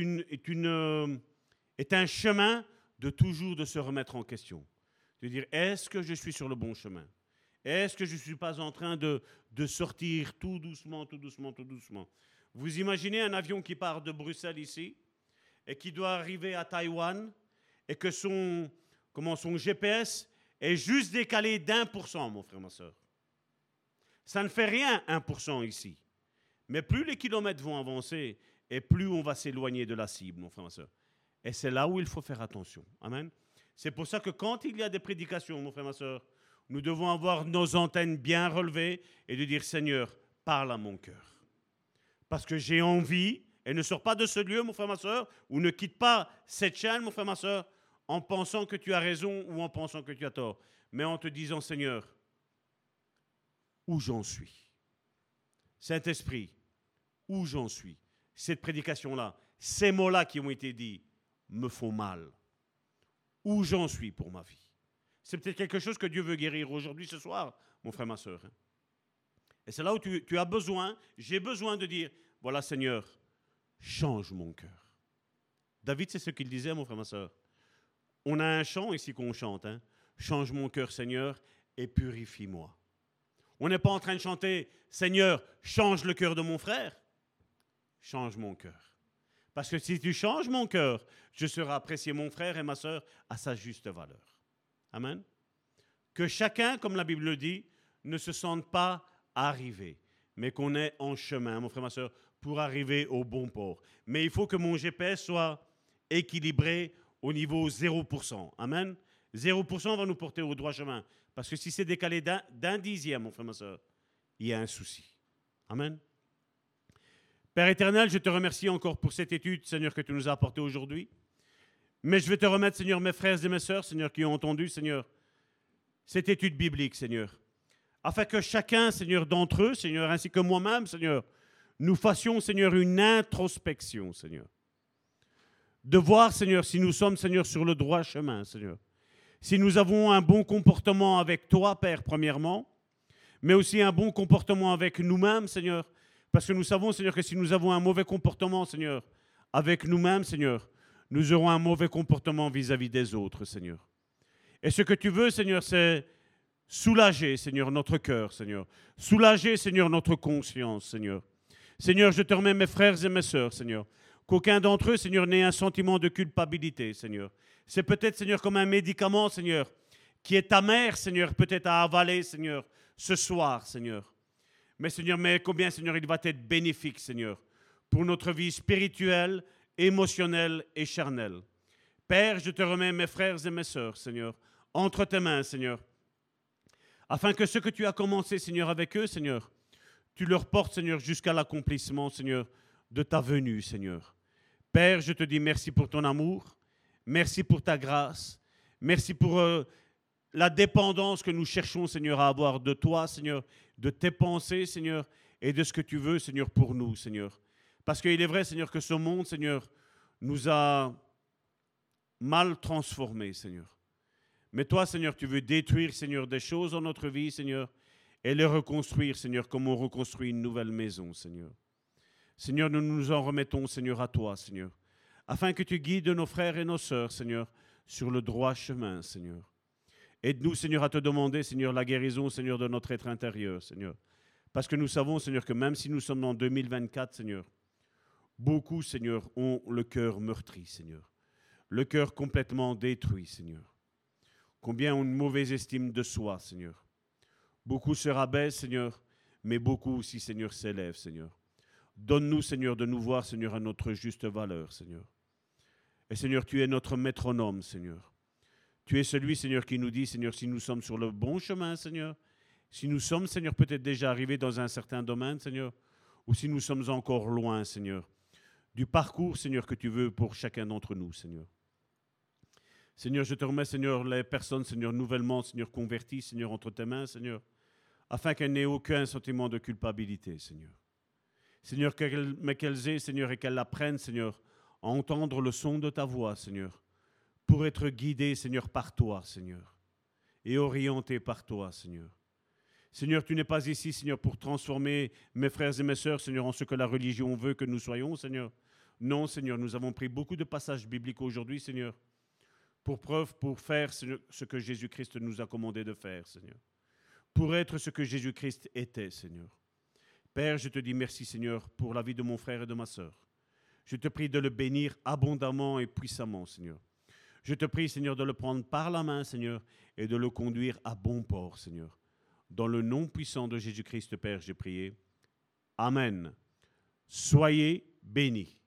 un chemin de toujours de se remettre en question. De dire, est-ce que je suis sur le bon chemin? Est-ce que je ne suis pas en train de sortir tout doucement, tout doucement, tout doucement? Vous imaginez un avion qui part de Bruxelles ici et qui doit arriver à Taïwan et que son GPS est juste décalé d'1%, mon frère, ma soeur. Ça ne fait rien, 1% ici. Mais plus les kilomètres vont avancer et plus on va s'éloigner de la cible, mon frère, ma soeur. Et c'est là où il faut faire attention. Amen. C'est pour ça que quand il y a des prédications, mon frère, ma soeur, nous devons avoir nos antennes bien relevées et de dire, Seigneur, parle à mon cœur. Parce que j'ai envie, et ne sors pas de ce lieu, mon frère, ma soeur, ou ne quitte pas cette chaîne, mon frère, ma soeur, en pensant que tu as raison ou en pensant que tu as tort, mais en te disant, Seigneur, où j'en suis? Saint-Esprit, où j'en suis? Cette prédication-là, ces mots-là qui ont été dits, me font mal. Où j'en suis pour ma vie? C'est peut-être quelque chose que Dieu veut guérir aujourd'hui, ce soir, mon frère, ma soeur. Et c'est là où tu as besoin, j'ai besoin de dire, voilà Seigneur, change mon cœur. David, c'est ce qu'il disait, mon frère, ma soeur. On a un chant ici qu'on chante. Change mon cœur, Seigneur, et purifie-moi. On n'est pas en train de chanter, Seigneur, change le cœur de mon frère. Change mon cœur. Parce que si tu changes mon cœur, je serai apprécié, mon frère et ma soeur, à sa juste valeur. Amen. Que chacun, comme la Bible le dit, ne se sente pas arrivé, mais qu'on est en chemin, mon frère, ma soeur, pour arriver au bon port. Mais il faut que mon GPS soit équilibré au niveau 0%. Amen. 0% va nous porter au droit chemin. Parce que si c'est décalé d'un dixième, mon frère, ma soeur, il y a un souci. Amen. Père éternel, je te remercie encore pour cette étude, Seigneur, que tu nous as apportée aujourd'hui. Mais je vais te remettre, Seigneur, mes frères et mes sœurs, Seigneur, qui ont entendu, Seigneur, cette étude biblique, Seigneur. Afin que chacun, Seigneur, d'entre eux, Seigneur, ainsi que moi-même, Seigneur, nous fassions, Seigneur, une introspection, Seigneur. De voir, Seigneur, si nous sommes, Seigneur, sur le droit chemin, Seigneur. Si nous avons un bon comportement avec toi, Père, premièrement, mais aussi un bon comportement avec nous-mêmes, Seigneur. Parce que nous savons, Seigneur, que si nous avons un mauvais comportement, Seigneur, avec nous-mêmes, Seigneur, nous aurons un mauvais comportement vis-à-vis des autres, Seigneur. Et ce que tu veux, Seigneur, c'est soulager, Seigneur, notre cœur, Seigneur. Soulager, Seigneur, notre conscience, Seigneur. Seigneur, je te remets mes frères et mes sœurs, Seigneur. Qu'aucun d'entre eux, Seigneur, n'ait un sentiment de culpabilité, Seigneur. C'est peut-être, Seigneur, comme un médicament, Seigneur, qui est amer, Seigneur, peut-être à avaler, Seigneur, ce soir, Seigneur. Mais, Seigneur, mais combien, Seigneur, il va être bénéfique, Seigneur, pour notre vie spirituelle, émotionnelle et charnelle. Père, je te remets mes frères et mes sœurs, Seigneur, entre tes mains, Seigneur, afin que ce que tu as commencé, Seigneur, avec eux, Seigneur, tu leur portes, Seigneur, jusqu'à l'accomplissement, Seigneur, de ta venue, Seigneur. Père, je te dis merci pour ton amour, merci pour ta grâce, merci pour la dépendance que nous cherchons, Seigneur, à avoir de toi, Seigneur, de tes pensées, Seigneur, et de ce que tu veux, Seigneur, pour nous, Seigneur. Parce qu'il est vrai, Seigneur, que ce monde, Seigneur, nous a mal transformés, Seigneur. Mais toi, Seigneur, tu veux détruire, Seigneur, des choses dans notre vie, Seigneur, et les reconstruire, Seigneur, comme on reconstruit une nouvelle maison, Seigneur. Seigneur, nous nous en remettons, Seigneur, à toi, Seigneur, afin que tu guides nos frères et nos sœurs, Seigneur, sur le droit chemin, Seigneur. Aide-nous, Seigneur, à te demander, Seigneur, la guérison, Seigneur, de notre être intérieur, Seigneur. Parce que nous savons, Seigneur, que même si nous sommes en 2024, Seigneur, beaucoup, Seigneur, ont le cœur meurtri, Seigneur. Le cœur complètement détruit, Seigneur. Combien ont une mauvaise estime de soi, Seigneur. Beaucoup se rabaissent, Seigneur, mais beaucoup aussi, Seigneur, s'élèvent, Seigneur. Donne-nous, Seigneur, de nous voir, Seigneur, à notre juste valeur, Seigneur. Et Seigneur, tu es notre métronome, Seigneur. Tu es celui, Seigneur, qui nous dit, Seigneur, si nous sommes sur le bon chemin, Seigneur, si nous sommes, Seigneur, peut-être déjà arrivés dans un certain domaine, Seigneur, ou si nous sommes encore loin, Seigneur, du parcours, Seigneur, que tu veux pour chacun d'entre nous, Seigneur. Seigneur, je te remets, Seigneur, les personnes, Seigneur, nouvellement, Seigneur, converties, Seigneur, entre tes mains, Seigneur, afin qu'elles n'aient aucun sentiment de culpabilité, Seigneur. Seigneur, mais qu'elles aient, Seigneur, et qu'elles apprennent, Seigneur, à entendre le son de ta voix, Seigneur, pour être guidées, Seigneur, par toi, Seigneur, et orientées par toi, Seigneur. Seigneur, tu n'es pas ici, Seigneur, pour transformer mes frères et mes sœurs, Seigneur, en ce que la religion veut que nous soyons, Seigneur. Non, Seigneur, nous avons pris beaucoup de passages bibliques aujourd'hui, Seigneur, pour preuve, pour faire ce que Jésus-Christ nous a commandé de faire, Seigneur. Pour être ce que Jésus-Christ était, Seigneur. Père, je te dis merci, Seigneur, pour la vie de mon frère et de ma sœur. Je te prie de le bénir abondamment et puissamment, Seigneur. Je te prie, Seigneur, de le prendre par la main, Seigneur, et de le conduire à bon port, Seigneur. Dans le nom puissant de Jésus-Christ, Père, j'ai prié. Amen. Soyez bénis.